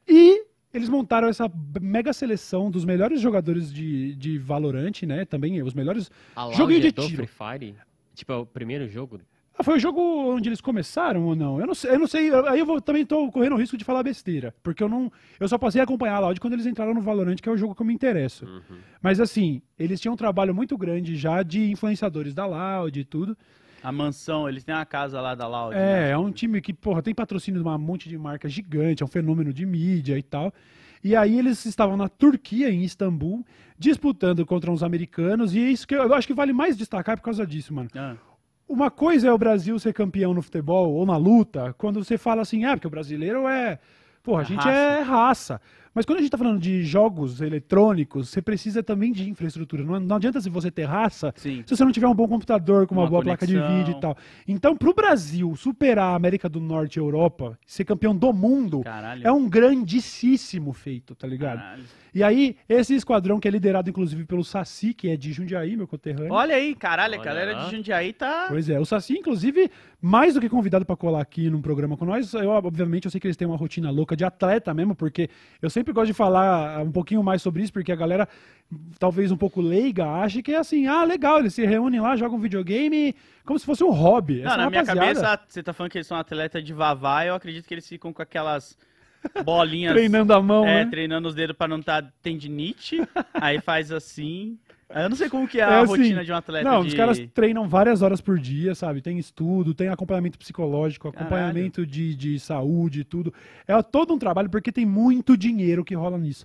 E eles montaram essa b- mega seleção dos melhores jogadores de, de Valorant, né? Também os melhores. A Loud Joguinho de é do tiro. Free Fire? Tipo, é o primeiro jogo? Ah, foi o jogo onde eles começaram ou não? Eu não sei. Eu não sei aí eu vou, também tô correndo o risco de falar besteira. Porque eu não. Eu só passei a acompanhar a Loud quando eles entraram no Valorant, que é o jogo que eu me interesso. Mas assim, eles tinham um trabalho muito grande já de influenciadores da Loud e tudo. A mansão, eles têm uma casa lá da Loud. É, né? é um time que, porra, tem patrocínio de um monte de marca gigante, é um fenômeno de mídia e tal. E aí eles estavam na Turquia, em Istambul, disputando contra uns americanos, e é isso que eu, eu acho que vale mais destacar por causa disso, mano. Ah. Uma coisa é o Brasil ser campeão no futebol ou na luta, quando você fala assim, ah, porque o brasileiro é... Porra, a gente raça. é raça. Mas quando a gente tá falando de jogos eletrônicos, você precisa também de infraestrutura. Não, não adianta se você ter raça, Sim. se você não tiver um bom computador com uma, Uma boa placa de conexão. vídeo e tal. Então, pro Brasil superar a América do Norte e a Europa, ser campeão do mundo, Caralho. é um grandíssimo feito, tá ligado? Caralho. E aí, esse esquadrão que é liderado, inclusive, pelo Saci, que é de Jundiaí, meu conterrâneo. Olha aí, caralho, a Olha galera lá. de Jundiaí tá... Pois é, o Saci, inclusive, mais do que convidado pra colar aqui num programa com nós, eu, obviamente, eu sei que eles têm uma rotina louca de atleta mesmo, porque eu sempre gosto de falar um pouquinho mais sobre isso, porque a galera, talvez um pouco leiga, acha que é assim, ah, legal, eles se reúnem lá, jogam videogame como se fosse um hobby. Não, Essa na minha rapaziada cabeça, você tá falando que eles são atletas de vavá, eu acredito que eles ficam com aquelas bolinhas... treinando a mão, É, né? treinando os dedos pra não dar tendinite, aí faz assim... Eu não sei como que é, É a assim, rotina de um atleta Não, de... os caras treinam várias horas por dia, sabe? Tem estudo, tem acompanhamento psicológico, Caralho. acompanhamento de, de saúde e tudo. É todo um trabalho porque tem muito dinheiro que rola nisso.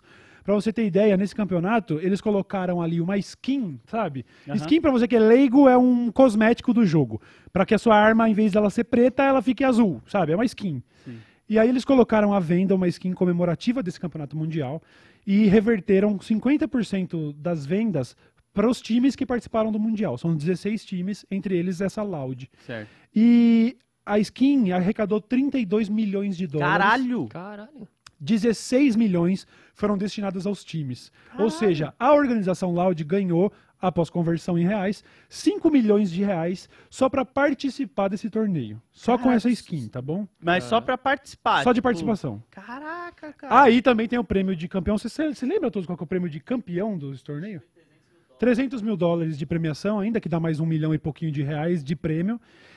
Pra você ter ideia, nesse campeonato, eles colocaram ali uma skin, sabe? Aham. Skin, pra você que é leigo, é um cosmético do jogo. Pra que a sua arma, em vez dela ser preta, ela fique azul, sabe? É uma skin. Sim. E aí eles colocaram à venda uma skin comemorativa desse campeonato mundial e reverteram cinquenta por cento das vendas para os times que participaram do Mundial. São dezesseis times, entre eles essa Loud. Certo. E a skin arrecadou trinta e dois milhões de dólares. Caralho! Caralho. dezesseis milhões foram destinados aos times. Caralho. Ou seja, a organização Loud ganhou, após conversão em reais, cinco milhões de reais só para participar desse torneio. Só com Caraca. essa skin, tá bom? Mas só pra participar. Só de tipo, participação. Caraca, cara. Aí também tem o prêmio de campeão. Você, você lembra todos qual que é o prêmio de campeão dos torneios? trezentos mil dólares de premiação, ainda que dá mais um milhão e pouquinho de reais de prêmio.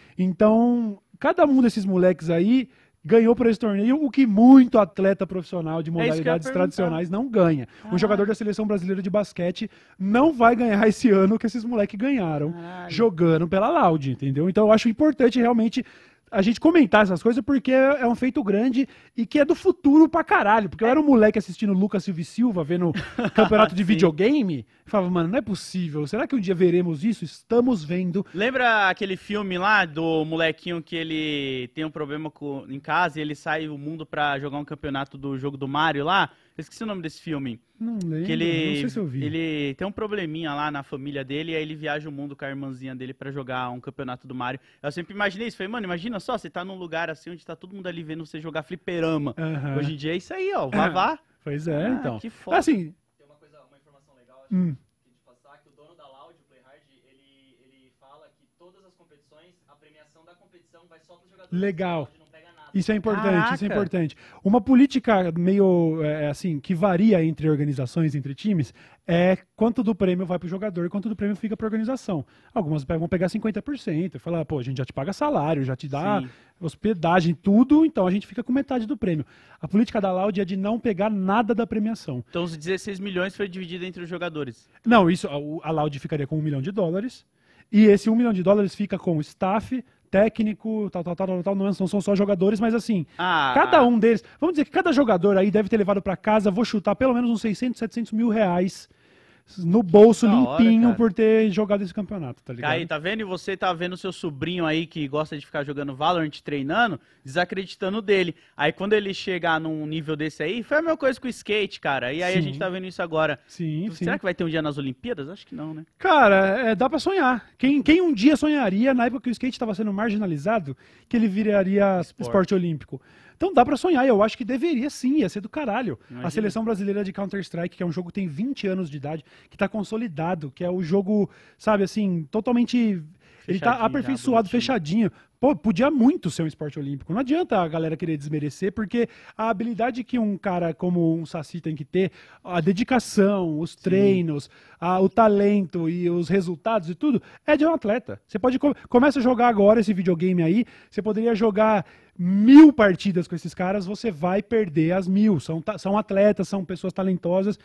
Então, cada um desses moleques aí ganhou por esse torneio o que muito atleta profissional de É isso que eu ia modalidades perguntar. tradicionais não ganha. Um Caralho. jogador da seleção brasileira de basquete não vai ganhar esse ano o que esses moleques ganharam Caralho. jogando pela Loud, entendeu? Então eu acho importante realmente a gente comentar essas coisas porque é é um feito grande e que é do futuro pra caralho. Porque eu era um moleque assistindo Lucas Silva e Silva, vendo campeonato de Sim. videogame, e falava, mano, não é possível. Será que um dia veremos isso? Estamos vendo. Lembra aquele filme lá do molequinho que ele tem um problema com, em casa e ele sai o mundo pra jogar um campeonato do jogo do Mario lá? Eu esqueci o nome desse filme. Não lembro, Que ele, não sei se eu vi. ele tem um probleminha lá na família dele, e aí ele viaja o mundo com a irmãzinha dele pra jogar um campeonato do Mario. Eu sempre imaginei isso, falei, mano, imagina só, você tá num lugar assim onde tá todo mundo ali vendo você jogar fliperama. Aham. Hoje em dia é isso aí, ó, vavá. Pois é, Ah, então. que foda. Assim, Tem uma coisa, uma informação legal, acho Hum. que de passar, que o dono da Loud, o Playhard, ele, ele fala que todas as competições, a premiação da competição vai só para os jogadores. Legal. A Loud não pega nada. isso é importante, isso é Caraca. importante. Uma política meio, é, assim, que varia entre organizações, entre times, é quanto do prêmio vai pro jogador e quanto do prêmio fica pra organização. Algumas pe- vão pegar cinquenta por cento, falar, pô, a gente já te paga salário, já te dá Sim. hospedagem, tudo, então a gente fica com metade do prêmio. A política da Loud é de não pegar nada da premiação. Então os dezesseis milhões foi dividido entre os jogadores. Não, isso, a, a Loud ficaria com um milhão de dólares, e esse um milhão de dólares fica com o staff, técnico, tal, tal, tal, tal, tal, não são são só jogadores, mas assim, Ah, cada um deles, vamos dizer que cada jogador aí deve ter levado pra casa, vou chutar, pelo menos uns seiscentos, setecentos mil reais no bolso Da hora, limpinho cara. por ter jogado esse campeonato, tá ligado? Aí, tá vendo? E você tá vendo seu sobrinho aí que gosta de ficar jogando Valorant, treinando, desacreditando dele. Aí quando ele chegar num nível desse aí, foi a mesma coisa com o skate, cara. E aí a Sim. gente tá vendo isso agora. Sim, sim. Será que vai ter um dia nas Olimpíadas? Acho que não, né? Cara, é, dá pra sonhar. Quem, quem um dia sonharia, na época que o skate estava sendo marginalizado, que ele viraria Esporte. esporte olímpico. Então dá pra sonhar, eu acho que deveria sim, ia ser do caralho. Imagina. A seleção brasileira de Counter-Strike, que é um jogo que tem vinte anos de idade, que tá consolidado, que é o jogo, sabe, assim, totalmente... Ele tá Fechadinho já, aperfeiçoado, bonitinho. fechadinho. Pô, podia muito ser um esporte olímpico. Não adianta a galera querer desmerecer, porque a habilidade que um cara como um Saci tem que ter, a dedicação, os treinos, a- o talento e os resultados e tudo, é de um atleta. Você pode... co- Começa a jogar agora esse videogame aí, você poderia jogar mil partidas com esses caras, você vai perder as mil. São, ta- são atletas, são pessoas talentosas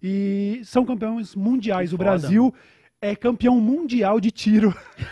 e são campeões mundiais. Que o foda, Brasil é campeão mundial de tiro.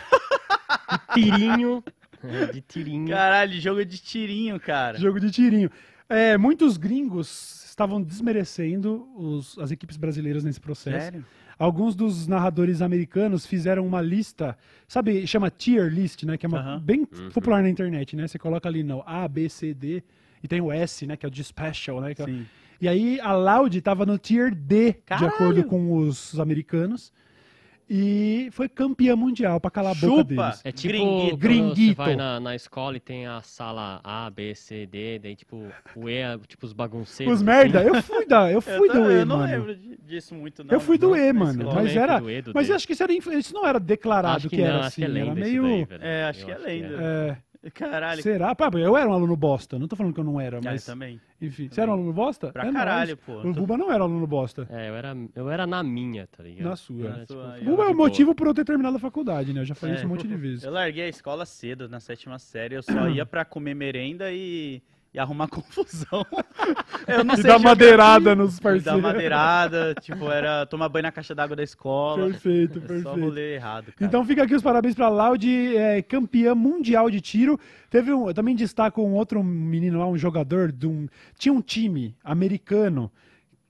Tirinho. É, de tirinho. Caralho, jogo de tirinho, cara. Jogo de tirinho. É, muitos gringos estavam desmerecendo os- as equipes brasileiras nesse processo. Sério? Alguns dos narradores americanos fizeram uma lista, sabe, chama tier list, né? Que é uma Aham. bem popular na internet, né? Você coloca ali no A, B, C, D, e tem o S, né? Que é o de special, né? que é- Sim. E aí a Loud tava no tier D, de Caralho! acordo com os americanos. E foi campeã mundial pra calar a boca Chupa! deles. É tipo Gringuito. quando Gringuito. você vai na, na escola e tem a sala A, B, C, D, daí tipo o E é tipo os bagunceiros. Os assim. merda, eu fui da, eu fui eu, do tô- E, eu não mano. lembro de- disso muito, não. Eu fui do Não, E, na mano. escola. Mas lembro era. do E, do Mas D. eu acho que isso, era, inf- isso não era declarado Acho que, que, era não, assim. acho que é Era lenda isso meio. daí, velho. É, acho Eu que é que lenda. É, Caralho. será? Pá, eu era um aluno bosta. Não tô falando que eu não era, Ah, eu mas. também. Enfim. Você era um aluno bosta? Pra É nóis. caralho, pô. O Buba não era aluno bosta. É, eu era, eu era na minha, tá ligado? Na sua. Eu era, Na tipo, sua, eu aí, O Buba era é o de boa. motivo por eu ter terminado a faculdade, né? Eu já falei É. isso um monte de vezes. Eu larguei a escola cedo, na sétima série. Eu só ia pra comer merenda e, e arrumar confusão. Eu não E sei dar jogar. madeirada nos E dar parceiros. madeirada, tipo, era tomar banho na caixa d'água da escola. Perfeito, É Só perfeito. rolê errado, cara. Então fica aqui os parabéns pra Loud, é, campeã mundial de tiro. Teve um, eu também destaco um outro menino lá, um jogador de um, tinha um time americano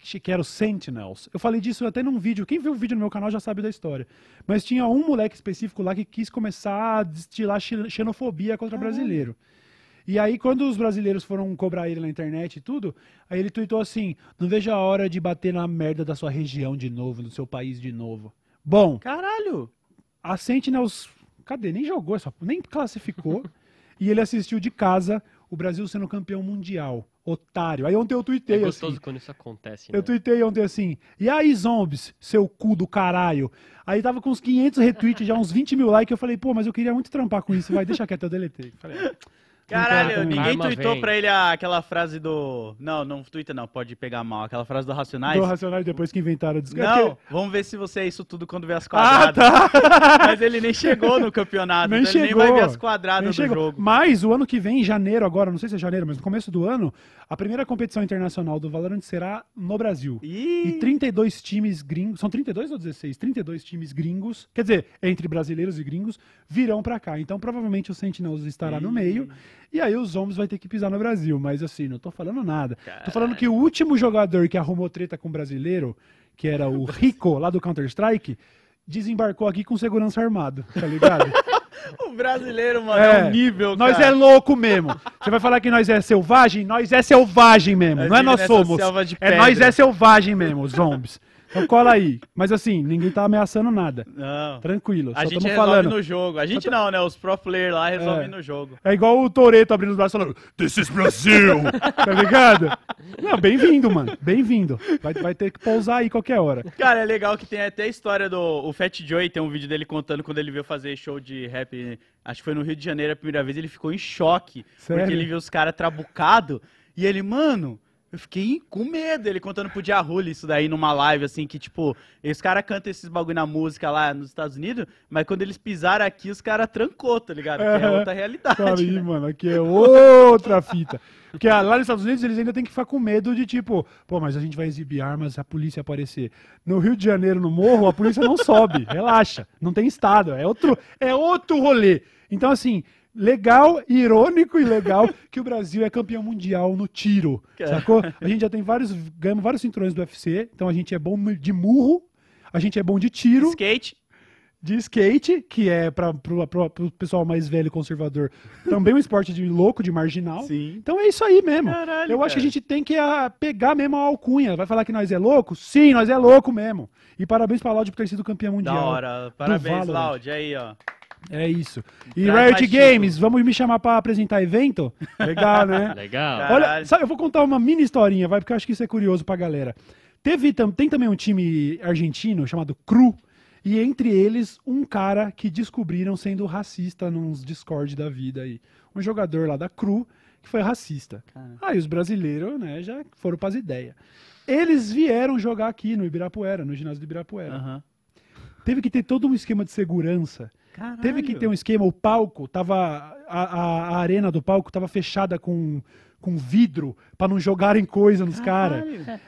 que era o Sentinels. Eu falei disso até num vídeo. Quem viu o vídeo no meu canal já sabe da história. Mas tinha um moleque específico lá que quis começar a destilar xenofobia contra brasileiro. E aí, quando os brasileiros foram cobrar ele na internet e tudo, aí ele tweetou assim, não vejo a hora de bater na merda da sua região de novo, do seu país de novo. Bom, Caralho! a Sentinels, cadê? Nem jogou, essa, nem classificou. E ele assistiu de casa o Brasil sendo campeão mundial. Otário. Aí ontem eu tuitei É gostoso assim. quando isso acontece, né? Eu tuitei ontem assim, e aí, zombies, seu cu do caralho. Aí tava com uns quinhentos retweets, já uns vinte mil likes, eu falei, pô, mas eu queria muito trampar com isso, vai, deixa quieto, eu deletei. Falei, ah, Caralho, Não quero ninguém Arma tweetou vem. pra ele a- aquela frase do... Não, não twitta não, pode pegar mal. Aquela frase do Racionais. do Racionais depois que inventaram o descanso. Não, vamos ver se você é isso tudo quando vê as Ah, quadradas. tá. Mas ele nem chegou no campeonato, Nem então ele chegou. nem vai ver as quadradas Nem do chegou. jogo. Mas o ano que vem, em janeiro agora, não sei se é janeiro, mas no começo do ano, a primeira competição internacional do Valorant será no Brasil. Ih, E trinta e dois times gringos, são trinta e dois ou dezesseis? trinta e dois times gringos, quer dizer, entre brasileiros e gringos, virão pra cá. Então provavelmente o Sentinels estará no Ih. meio, e aí os Zombies vai ter que pisar no Brasil. Mas assim, não tô falando nada. Tô Caralho. falando que o último jogador que arrumou treta com o brasileiro, que era o Rico, lá do Counter-Strike, desembarcou aqui com segurança armado, tá ligado? o brasileiro, mano, é, um nível, Nós cara. é louco mesmo. Você vai falar que nós é selvagem? Nós é selvagem mesmo. Nós Não é vive nós nessa somos. selva de É pedra. nós é selvagem mesmo, zombies. Então cola aí. Mas assim, ninguém tá ameaçando nada. Não. Tranquilo. A Só gente estamos resolve falando. no jogo. A gente não, né? Os pro player lá resolvem É. no jogo. É igual o Toretto abrindo os braços falando, This is Brasil! Tá ligado? Não, bem-vindo, mano. Bem-vindo. Vai, vai ter que pousar aí qualquer hora. Cara, é legal que tem até a história do o Fat Joey, tem um vídeo dele contando quando ele veio fazer show de rap, acho que foi no Rio de Janeiro a primeira vez, ele ficou em choque, Sério? porque ele viu os caras trabucados, e ele, mano, eu fiquei com medo, ele contando pro Diarrulli isso daí numa live, assim, que tipo, os caras cantam esses bagulho na música lá nos Estados Unidos, mas quando eles pisaram aqui, os caras trancou, tá ligado? Porque é Aham. outra realidade, Fala aí, né? mano, aqui é outra fita. Porque ah, lá nos Estados Unidos eles ainda têm que ficar com medo de tipo, pô, mas a gente vai exibir armas se a polícia aparecer. No Rio de Janeiro, no morro, a polícia não sobe, relaxa, não tem estado, é outro, é outro rolê. Então assim, legal, irônico e legal que o Brasil é campeão mundial no tiro, Cara. sacou? A gente já tem vários, ganhamos vários cinturões do U F C, então a gente é bom de murro, a gente é bom de tiro, Skate, de skate, que é para o pessoal mais velho e conservador, também um esporte de louco, de marginal. sim. Então é isso aí mesmo. Caralho, Eu acho que a cara. gente tem que ah, pegar mesmo a alcunha. Vai falar que nós é louco? Sim, nós é louco mesmo. E parabéns pra Laude por ter sido campeão mundial. Da hora, parabéns, Valorant. Laude, aí, ó. É isso. E Traz Riot mais Games, vamos me chamar pra apresentar evento? Legal, né? Legal. Cara. Olha, Caralho. sabe, eu vou contar uma mini historinha, vai, porque eu acho que isso é curioso pra galera. Teve, tam- tem também um time argentino chamado Cru, e entre eles, um cara que descobriram sendo racista nos Discord da vida aí. Um jogador lá da Cru que foi racista. Cara. Aí os brasileiros, né, já foram pras ideias. Eles vieram jogar aqui no Ibirapuera, no ginásio do Ibirapuera. Aham. Teve que ter todo um esquema de segurança. Caralho. Teve que ter um esquema, o palco tava. A, a, a arena do palco tava fechada com, com vidro pra não jogarem coisa nos caras.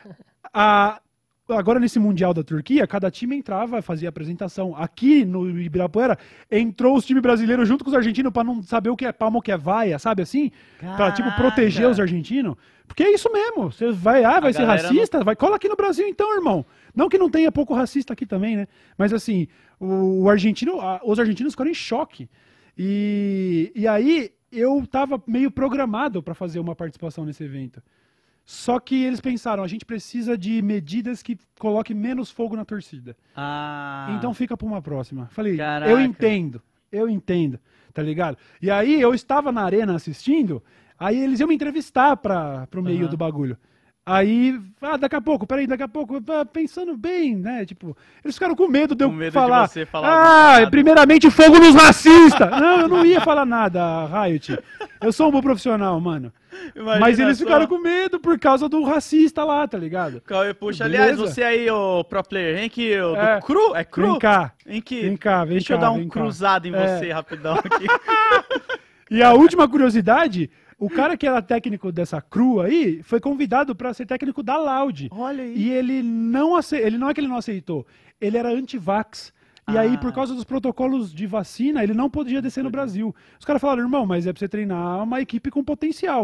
A- Agora, nesse Mundial da Turquia, cada time entrava, fazia apresentação. Aqui no Ibirapuera, entrou os times brasileiros junto com os argentinos pra não saber o que é palma, o que é vaia, sabe assim? Pra, tipo, Caraca. proteger os argentinos. Porque é isso mesmo. Você vai, ah, vai A ser galera racista? Vai, cola aqui no Brasil então, irmão. Não que não tenha pouco racista aqui também, né? Mas assim, o, o argentino, a- os argentinos ficaram em choque. E, e aí, eu tava meio programado pra fazer uma participação nesse evento. Só que eles pensaram, a gente precisa de medidas que coloquem menos fogo na torcida. Ah. Então fica pra uma próxima. Falei, Caraca. eu entendo, eu entendo, tá ligado? E aí eu estava na arena assistindo, aí eles iam me entrevistar pra, pro meio Aham. do bagulho. Aí, ah, daqui a pouco, peraí, daqui a pouco, ah, pensando bem, né? Tipo, eles ficaram com medo de eu Com medo de falar. você falar alguma ah, parada." primeiramente fogo nos racistas! Não, eu não ia falar nada, Riot. Eu sou um bom profissional, mano. Imagina Mas eles só. ficaram com medo por causa do racista lá, tá ligado? Cauê, puxa, Beleza? aliás, você aí, o pro player, vem que o É. do cru, é cru? Vem cá. Vem que, Vem cá, vem deixa cá, eu dar um vem cá. cruzado em É. você rapidão aqui. E a última curiosidade, o cara que era técnico dessa crew aí foi convidado pra ser técnico da Loud. Olha aí. E ele não ace... ele não é que ele não aceitou, ele era anti-vax. E Ah. aí, por causa dos protocolos de vacina, ele não podia descer no Brasil. Os caras falaram, irmão, mas é pra você treinar uma equipe com potencial.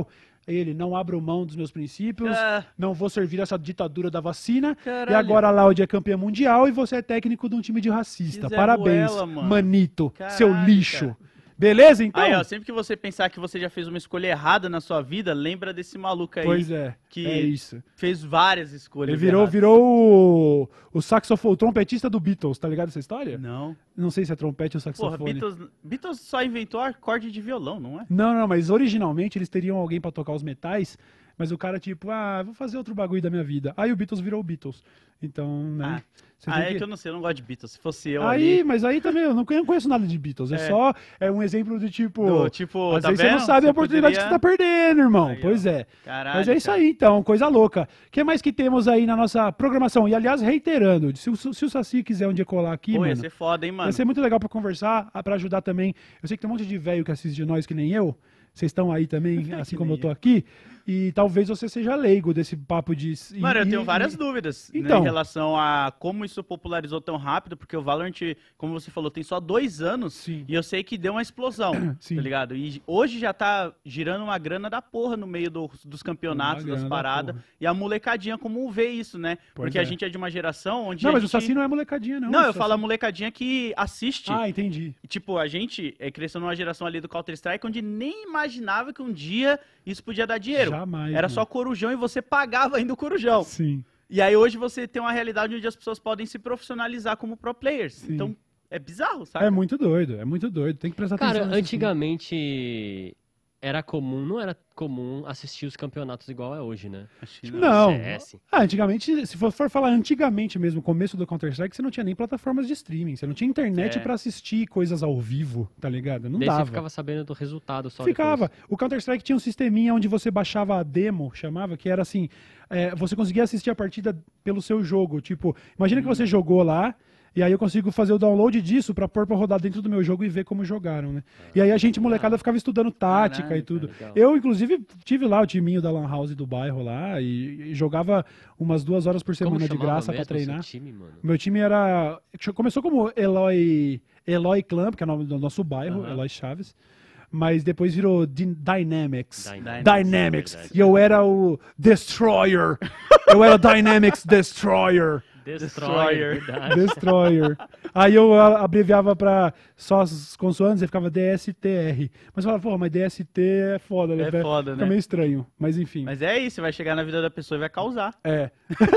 Ele, não abro mão dos meus princípios, Ah. não vou servir essa ditadura da vacina. Caralho. E agora a Loud é campeã mundial e você é técnico de um time de racista. Que Zé Parabéns, Ruela, mano. manito, Caralho, seu lixo. cara. Beleza, então? Aí, ó, sempre que você pensar que você já fez uma escolha errada na sua vida, lembra desse maluco aí Pois é, que é isso. fez várias escolhas Ele virou, erradas. virou o, o saxofone, o trompetista do Beatles, tá ligado essa história? Não. Não sei se é trompete ou Porra, saxofone. Beatles, Beatles só inventou acorde de violão, não é? Não, não, mas originalmente eles teriam alguém pra tocar os metais, mas o cara tipo, ah, vou fazer outro bagulho da minha vida. Aí o Beatles virou o Beatles. Então, né? você Ah, tem é que- que eu não sei, eu não gosto de Beatles. Se fosse eu Aí, ali... mas aí também eu não conheço, não conheço nada de Beatles. É, É. só é um exemplo de tipo, Do, tipo, às tá vezes você vendo? não sabe a oportunidade poderia- que você tá perdendo, irmão. Aí, ó. Pois é. Caralho, Mas é isso cara. aí, então, coisa louca. O que mais que temos aí na nossa programação? E, aliás, reiterando, se o, se o Saci quiser um dia colar aqui, Pô, ia mano, ser foda, hein, mano? vai ser muito legal pra conversar, ah, pra ajudar também. Eu sei que tem um monte de velho que assiste de nós, que nem eu. Vocês estão aí também, assim Que como nem eu tô eu. aqui. E talvez você seja leigo desse papo de... e- Mano, eu tenho e- várias e- dúvidas né, Então. em relação a como isso popularizou tão rápido, porque o Valorant, como você falou, tem só dois anos Sim. e eu sei que deu uma explosão, Sim. tá ligado? E hoje já tá girando uma grana da porra no meio do- dos campeonatos, Uma das grana da paradas, porra. e a molecadinha como vê isso, né? Pois porque é. a gente é de uma geração onde Não, a mas o gente... Saci não é molecadinha, não. Não, o eu falo a Saci- molecadinha que assiste. Ah, entendi. Tipo, a gente é, cresceu numa geração ali do Counter-Strike onde nem imaginava que um dia isso podia dar dinheiro. Jamais, Era mano. só corujão e você pagava ainda o corujão. Sim. E aí hoje você tem uma realidade onde as pessoas podem se profissionalizar como pro players. Sim. Então é bizarro, sabe? É muito doido, é muito doido. Tem que prestar Cara, atenção. nisso, antigamente era comum, não era comum assistir os campeonatos igual é hoje, né? Acho que sim. Não. C S. Ah, antigamente, se for, for falar antigamente mesmo, começo do Counter-Strike, você não tinha nem plataformas de streaming. Você não tinha internet É. pra assistir coisas ao vivo, tá ligado? Não Daí dava. você ficava sabendo do resultado só Ficava. depois. O Counter-Strike tinha um sisteminha onde você baixava a demo, chamava, que era assim, é, você conseguia assistir a partida pelo seu jogo. Tipo, imagina que você jogou lá, e aí eu consigo fazer o download disso pra pôr pra rodar dentro do meu jogo e ver como jogaram, né? E aí a gente, molecada, ficava estudando tática Caralho, e tudo. cara, legal. Eu, inclusive, tive lá o timinho da Lan House do bairro lá, e, e jogava umas duas horas por Como semana de chamava graça pra mesmo o treinar. seu time, mano? Meu time era. Começou como Eloy, Eloy Clamp, que é o nome do nosso bairro, Aham. Eloy Chaves. Mas depois virou Din- Dynamics. Dynamics, Dynamics. verdade. E eu era o Destroyer. Eu era o Dynamics Destroyer. Destroyer. Destroyer, verdade. Destroyer. Aí eu a- abreviava pra só as consoantes e ficava D S T R. Mas eu falava, pô, mas D S T é foda, né? É foda, Fica né? meio estranho. Mas enfim. Mas é isso, vai chegar na vida da pessoa e vai causar. É.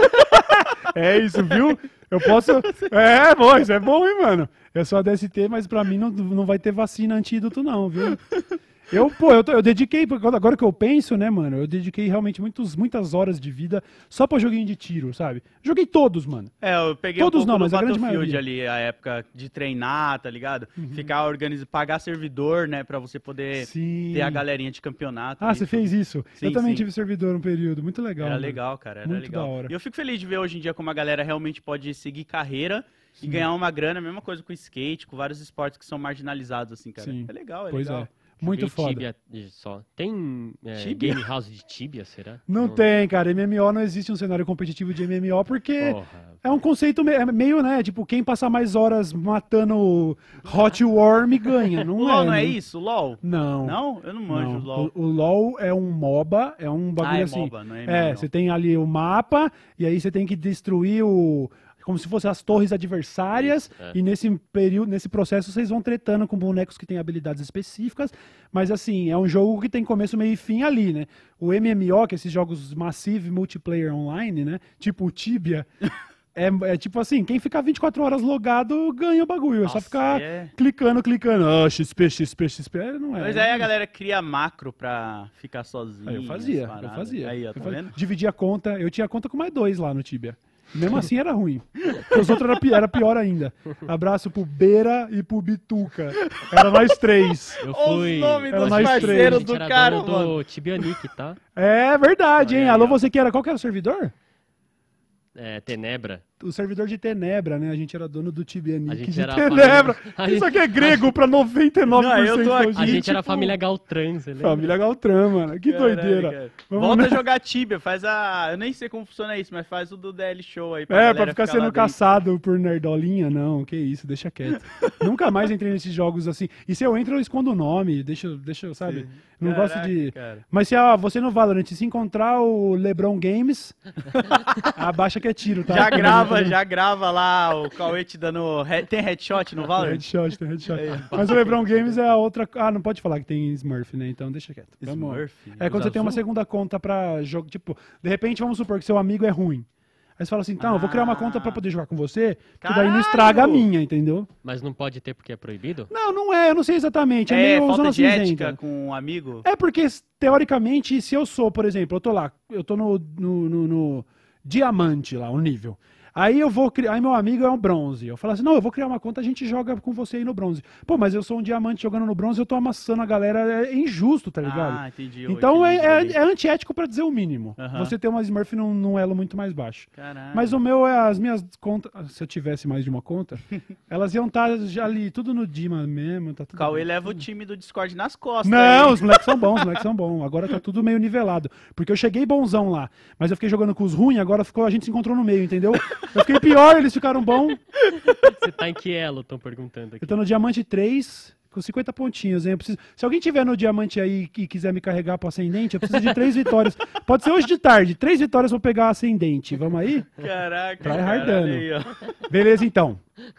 É isso, viu? Eu posso. É, bom, isso é bom, hein, mano? Eu sou a D S T, mas pra mim não, não vai ter vacina antídoto, não, viu? Eu, pô, eu, tô- eu dediquei, porque agora que eu penso, né, mano, eu dediquei realmente muitos, muitas horas de vida só pra joguinho de tiro, sabe? Joguei todos, mano. É, eu peguei Todos um pouco não, do mas a grande Battlefield maioria. ali, a época de treinar, tá ligado? Ficar organizando, pagar servidor, né, pra você poder Sim. ter a galerinha de campeonato. Ah, ali, você tudo. fez isso? Sim, eu também sim. tive servidor um período, muito legal. Era mano. legal, cara, era Muito legal. da hora. E eu fico feliz de ver hoje em dia como a galera realmente pode seguir carreira e ganhar uma grana, a mesma coisa com o skate, com vários esportes que são marginalizados, assim, cara. Sim. É legal, é Pois legal. é. Muito Joguei foda. Tibia só. Tem é, Tibia? game house de Tibia, será? Não tem, cara. M M O não existe um cenário competitivo de M M O porque Porra. é um conceito me- é meio, né? Tipo, quem passar mais horas matando Hot Worm ganha. Não O LoL é, não é né? isso? O LoL? Não. Não? Eu não manjo Não. o LoL. O, o LoL é um MOBA, é um bagulho Ah, é assim. MOBA, não é É, M M O. você tem ali o mapa, e aí você tem que destruir o. Como se fossem as torres adversárias, Isso, é. e nesse período, nesse processo, vocês vão tretando com bonecos que têm habilidades específicas. Mas assim, é um jogo que tem começo, meio e fim ali, né? O M M O, que é esses jogos Massive Multiplayer Online, né? Tipo o Tibia. É, é tipo assim, quem ficar vinte e quatro horas logado ganha o bagulho. É só Nossa, ficar é. clicando, clicando. Ah, X P, X P, X P. É, não é. Mas aí a galera cria macro pra ficar sozinho. Aí eu fazia, essas eu paradas. fazia. Aí, ó, Eu tá fazia. vendo? Dividia a conta, eu tinha conta com mais dois lá no Tibia. Mesmo assim era ruim. Porque os outros era, pi- era pior ainda. Abraço pro Beira e pro Bituca. Era nós três. Eu Olha fui. os nomes Era dos nós três. A parceiros gente do era cara, dono mano. do Tibianic, tá? É verdade, hein? Olha aí, Alô, ó. você que era. Qual que era o servidor? É, Tenebra. o servidor de Tenebra, né? A gente era dono do Tibianic A gente de era a Tenebra. família- a Isso gente- aqui é grego pra noventa e nove por cento Não, eu tô aqui. da A gente era a tipo, família Galtran, você lembra? Família Galtran, mano. Que Caralho, doideira. cara. Vamos Volta na- a jogar Tibia, faz a... Eu nem sei como funciona isso, mas faz o do D L Show aí. É, galera pra ficar lá sendo dentro. caçado por nerdolinha, não, que isso, deixa quieto. Nunca mais entrei nesses jogos assim. E se eu entro, eu escondo o nome, deixa, eu- deixa eu, sabe? Sim. Não Caraca, gosto de... cara. Mas se a, você no Valorant, se encontrar o LeBron Games, abaixa que é tiro, tá? Já grava, já grava lá o Cauê te dando... he- Tem headshot no Tem Valorant? headshot, tem headshot. Mas o LeBron Games é a outra... Ah, não pode falar que tem Smurf, né? Então deixa quieto. Vamos- Smurf? É quando Os você tem uma azul? segunda conta pra jogo, tipo... De repente, vamos supor que seu amigo é ruim. Aí você fala assim, então, eu vou criar uma Ah. conta pra poder jogar com você, que daí não Caralho! estraga a minha, entendeu? Mas não pode ter porque é proibido? Não, não é, eu não sei exatamente. É, É, meio falta zona de ética cinzenta. com um amigo? É porque, teoricamente, se eu sou, por exemplo, eu tô lá, eu tô no, no, no- no diamante lá, o nível. Aí eu vou criar, aí meu amigo é um bronze. Eu falo assim, não, eu vou criar uma conta, a gente joga com você aí no bronze. Pô, mas eu sou um diamante jogando no bronze, eu tô amassando a galera, é injusto, tá ligado? Ah, entendi. o Então é, equilíbrio ali. é, é antiético pra dizer o mínimo. Aham. Você ter uma Smurf num, num elo muito mais baixo. Caralho. Mas o meu é as minhas contas. Se eu tivesse mais de uma conta, elas iam estar já ali, tudo no Dima mesmo. Tá tudo O Cauê bem. leva o time do Discord nas costas. Não, aí. os moleques são bons, os moleques são bons. Agora tá tudo meio nivelado. Porque eu cheguei bonzão lá, mas eu fiquei jogando com os ruins, agora ficou, a gente se encontrou no meio, entendeu? Eu fiquei pior, eles ficaram bons. Você tá em que elo? Estão perguntando aqui. Eu tô no diamante três, com cinquenta pontinhos, hein? Eu preciso... Se alguém tiver no diamante aí e quiser me carregar pro ascendente, eu preciso de três vitórias. Pode ser hoje de tarde, três vitórias pra eu pegar ascendente. Vamos aí? Caraca, Vai caralho hardando. aí, ó. Beleza, então.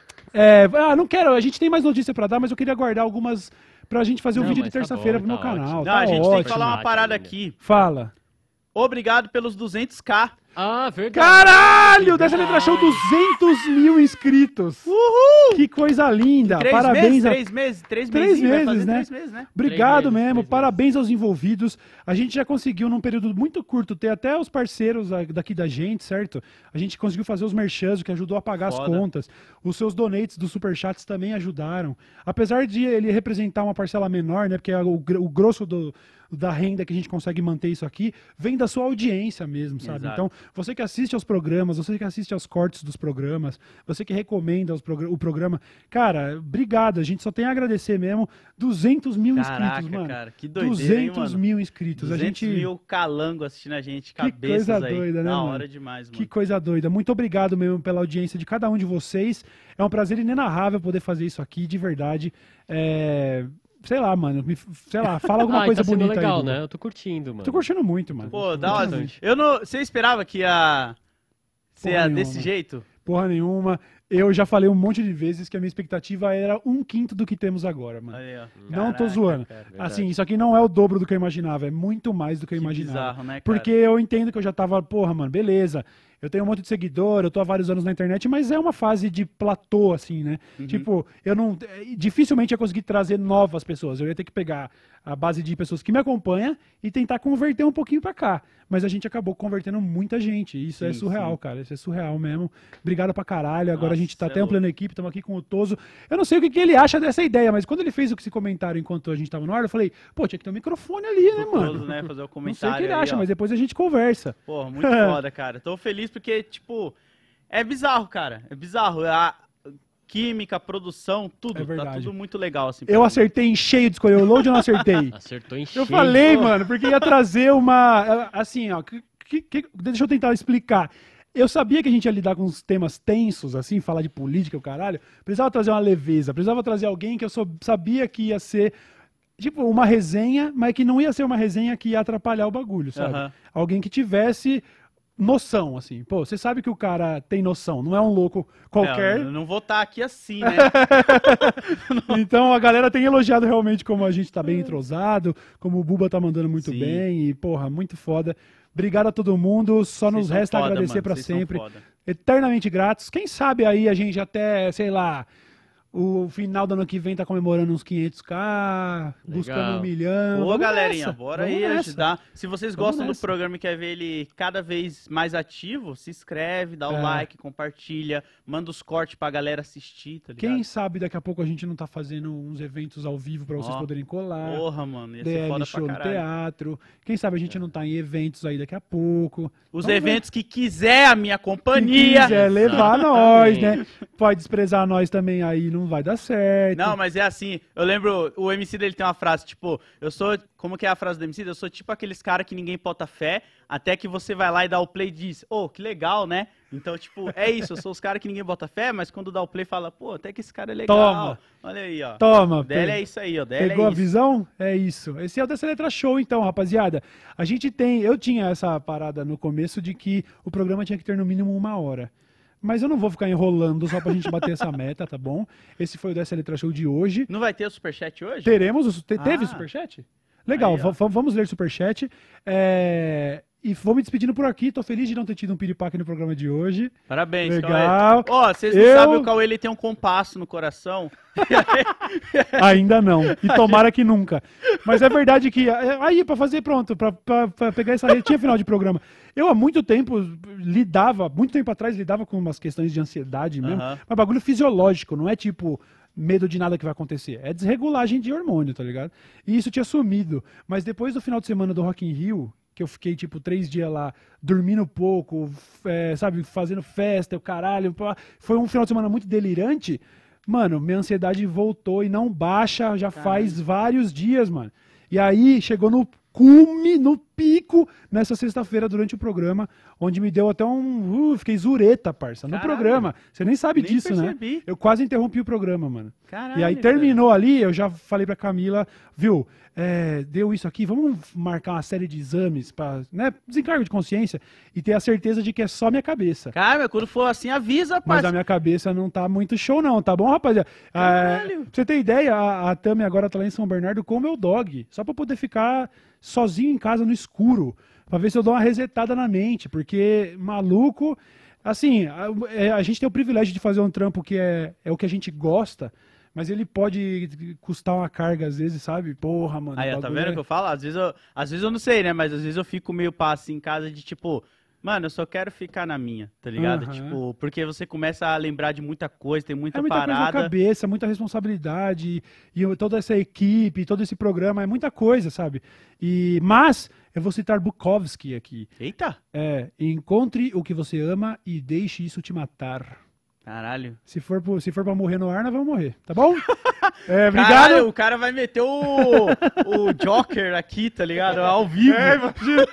É, ah, não quero, a gente tem mais notícia pra dar, mas eu queria guardar algumas pra gente fazer o Não, vídeo de mas tá terça-feira bom, pro meu tá canal. ótimo. Não, Tá a gente tem ótimo. que falar uma Ótimo. parada aqui. Fala. Obrigado pelos duzentos k. Ah, verdade. Caralho! Dessa letra show duzentos mil inscritos. Uhul! Que coisa linda. Três Parabéns meses, a... três meses, três, Três meses, vai meses, fazer né? três meses, né? Obrigado Três meses, mesmo, três parabéns aos envolvidos. A gente já conseguiu, num período muito curto, ter até os parceiros ah, daqui da gente, certo? A gente conseguiu fazer os merchans, o que ajudou a pagar Foda. as contas. Os seus donates dos superchats também ajudaram. Apesar de ele representar uma parcela menor, né? Porque é o, gr- o grosso do, da renda que a gente consegue manter isso aqui vem da sua audiência mesmo, sabe? Exato. Então, você que assiste aos programas, você que assiste aos cortes dos programas, você que recomenda os progr- o programa, cara, obrigado. A gente só tem a agradecer mesmo. duzentos mil Caraca, inscritos, mano. cara, que doideira, hein, duzentos mano? mil inscritos. A duzentos gente... mil calango assistindo a gente, Que cabeças coisa aí. doida, né, Da mano? hora demais, mano. Que coisa doida. Muito obrigado mesmo pela audiência de cada um de vocês. É um prazer inenarrável poder fazer isso aqui, de verdade. É... Sei lá, mano. Me... Sei lá, fala alguma ah, coisa tá sendo bonita legal, aí. Dudu. né? Eu tô curtindo, mano. Tô curtindo muito, mano. Pô, Tô da hora. curtindo. Eu não... Você esperava que ia ser Porra desse nenhuma. jeito? Porra nenhuma. Eu já falei um monte de vezes que a minha expectativa era um quinto do que temos agora, mano. Aí, ó. Não tô Caraca, zoando. cara. Assim, isso aqui não é o dobro do que eu imaginava, é muito mais do que eu Que imaginava. bizarro, né, cara? Porque eu entendo que eu já tava, porra, mano, beleza. Eu tenho um monte de seguidor, eu tô há vários anos na internet, mas é uma fase de platô, assim, né? Uhum. Tipo, eu não. Dificilmente ia conseguir trazer novas pessoas. Eu ia ter que pegar a base de pessoas que me acompanham e tentar converter um pouquinho pra cá. Mas a gente acabou convertendo muita gente. E isso é Sim, surreal, sim. cara. Isso é surreal mesmo. Obrigado pra caralho. Agora Nossa, a gente tá cê até é ampliando a equipe, estamos aqui com o Toso. Eu não sei o que, que ele acha dessa ideia, mas quando ele fez esse comentário enquanto a gente tava no ar, eu falei, pô, tinha que ter um microfone ali, né, mano? Gostoso, né? Fazer o Não comentário sei o que ele aí, acha, ó. mas depois a gente conversa. Porra, muito foda, cara. Tô feliz porque, tipo, é bizarro, cara. É bizarro. A química, a produção, tudo. É verdade. Tá tudo muito legal, assim. pra Eu mim. acertei em cheio de escolher o load ou não acertei? Acertou em Eu cheio. falei, mano, porque ia trazer uma. Assim, ó. Que, que- que- deixa eu tentar explicar. Eu sabia que a gente ia lidar com uns temas tensos, assim, falar de política, o caralho. Precisava trazer uma leveza, precisava trazer alguém que eu só sabia que ia ser. Tipo, uma resenha, mas que não ia ser uma resenha que ia atrapalhar o bagulho, sabe? Aham. Alguém que tivesse noção, assim. Pô, você sabe que o cara tem noção, não é um louco qualquer. É, eu não vou estar aqui assim, né? Então a galera tem elogiado realmente como a gente tá bem entrosado, como o Buba tá mandando muito Sim. bem e, porra, muito foda. Obrigado a todo mundo, só Vocês nos são resta foda, agradecer mano, pra vocês são sempre. foda. Eternamente gratos. Quem sabe aí a gente até, sei lá, O final do ano que vem tá comemorando uns quinhentos k, buscando um milhão. Ô, Vamos galerinha, nessa, bora vamos aí nessa. ajudar. Se vocês Vamos gostam nessa. do programa e quer ver ele cada vez mais ativo, se inscreve, dá o É. like, compartilha, manda os cortes pra galera assistir, tá ligado? Quem sabe daqui a pouco a gente não tá fazendo uns eventos ao vivo pra vocês Ó, poderem colar. Porra, mano, ia ser D M foda show pra no caralho. teatro. Quem sabe a gente não tá em eventos aí daqui a pouco. Os Vamos ver. eventos que quiser a minha Quem companhia. quiser levar nós, né? Pode desprezar nós também aí, não vai dar certo. Não, mas é assim, eu lembro, o M C dele tem uma frase, tipo, eu sou, como que é a frase do M C? Eu sou tipo aqueles caras que ninguém bota fé, até que você vai lá e dá o play e diz, ô, oh, que legal, né? Então, tipo, é isso, eu sou os caras que ninguém bota fé, mas quando dá o play fala, pô, até que esse cara é legal. Toma. Olha aí, ó. Toma, O Délio pe- é isso aí, ó, o Délio Pegou é a isso. visão? É isso. Esse é o Dessa Letra Show, então, rapaziada. A gente tem. Eu tinha essa parada no começo de que o programa tinha que ter no mínimo uma hora. Mas eu não vou ficar enrolando só pra gente bater essa meta, tá bom? Esse foi o Dessa Letra Show de hoje. Não vai ter o superchat hoje? Teremos. O, te- Teve Ah. superchat? Legal, Aí, ó. va- vamos ler superchat. É, e vou me despedindo por aqui. Tô feliz de não ter tido um piripaque no programa de hoje. Parabéns, Legal. Cauê. Ó, vocês não Eu- sabem, o Cauê ele tem um compasso no coração. Ainda não. E tomara que nunca. Mas é verdade que. Aí, pra fazer, pronto, pra, pra, pra pegar essa retinha final de programa. Eu há muito tempo lidava, muito tempo atrás, lidava com umas questões de ansiedade mesmo. Aham. Mas bagulho fisiológico, não é tipo medo de nada que vai acontecer. É desregulagem de hormônio, tá ligado? E isso tinha sumido. Mas depois do final de semana do Rock in Rio, que eu fiquei, tipo, três dias lá, dormindo pouco, é, sabe, fazendo festa, o caralho. pá, Foi um final de semana muito delirante. Mano, minha ansiedade voltou e não baixa já faz vários dias, mano. E aí chegou no cume, no pico, nessa sexta-feira durante o programa, onde me deu até um... Uh, fiquei zureta, parça, no Caralho. programa. Você nem sabe Nem disso, percebi. né? Eu quase interrompi o programa, mano. Caralho, E aí terminou ali, eu já falei pra Camila, viu, é, deu isso aqui, vamos marcar uma série de exames pra, né, desencargo de consciência e ter a certeza de que é só minha cabeça. Cara, mas quando for assim, avisa, Mas parceiro. a minha cabeça não tá muito show não, tá bom, rapaziada? Caralho. É, pra você ter ideia, a, a Tami agora tá lá em São Bernardo com o meu dog, só pra poder ficar sozinho em casa no escuro, pra ver se eu dou uma resetada na mente, porque maluco, assim, a, é, a gente tem o privilégio de fazer um trampo que é, é o que a gente gosta, mas ele pode custar uma carga às vezes, sabe? Porra, mano. Aí, o ó, tá bagulho vendo o é- que eu falo? Às vezes eu, às vezes eu não sei, né? Mas às vezes eu fico meio passo em casa de tipo, mano, eu só quero ficar na minha, tá ligado? Aham. Tipo, porque você começa a lembrar de muita coisa, tem muita, É muita coisa na parada. cabeça, muita responsabilidade, e eu- toda essa equipe, todo esse programa, é muita coisa, sabe? E, mas, eu vou citar Bukowski aqui. Eita! É, encontre o que você ama e deixe isso te matar. Caralho. Se for, pro- se for pra morrer no ar, nós vamos morrer, tá bom? É, obrigado. Caralho, o cara vai meter o, o Joker aqui, tá ligado? Ao vivo. É, imagina.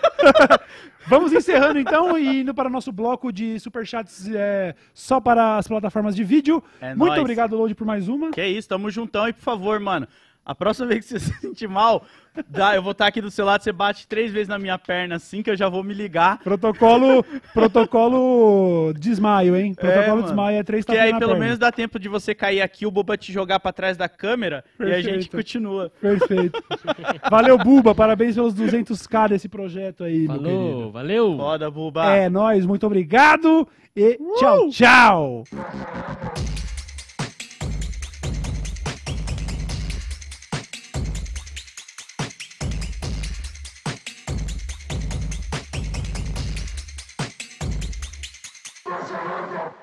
Vamos encerrando então e indo para o nosso bloco de superchats é, só para as plataformas de vídeo. É Muito nóis. obrigado, Load, por mais uma. Que isso, tamo juntão e por favor, mano. A próxima vez que você se sentir mal, dá, eu vou estar aqui do seu lado, você bate três vezes na minha perna assim que eu já vou me ligar. Protocolo, protocolo desmaio, hein? Protocolo mano. desmaio é três Porque tapas aí na pelo perna. menos dá tempo de você cair aqui, o Buba te jogar pra trás da câmera e a gente Perfeito. continua. Perfeito. Valeu, Buba. Parabéns pelos duzentos k desse projeto aí, meu querido. Falou, valeu. Foda, Buba. É nóis, muito obrigado e tchau, tchau. Let's go.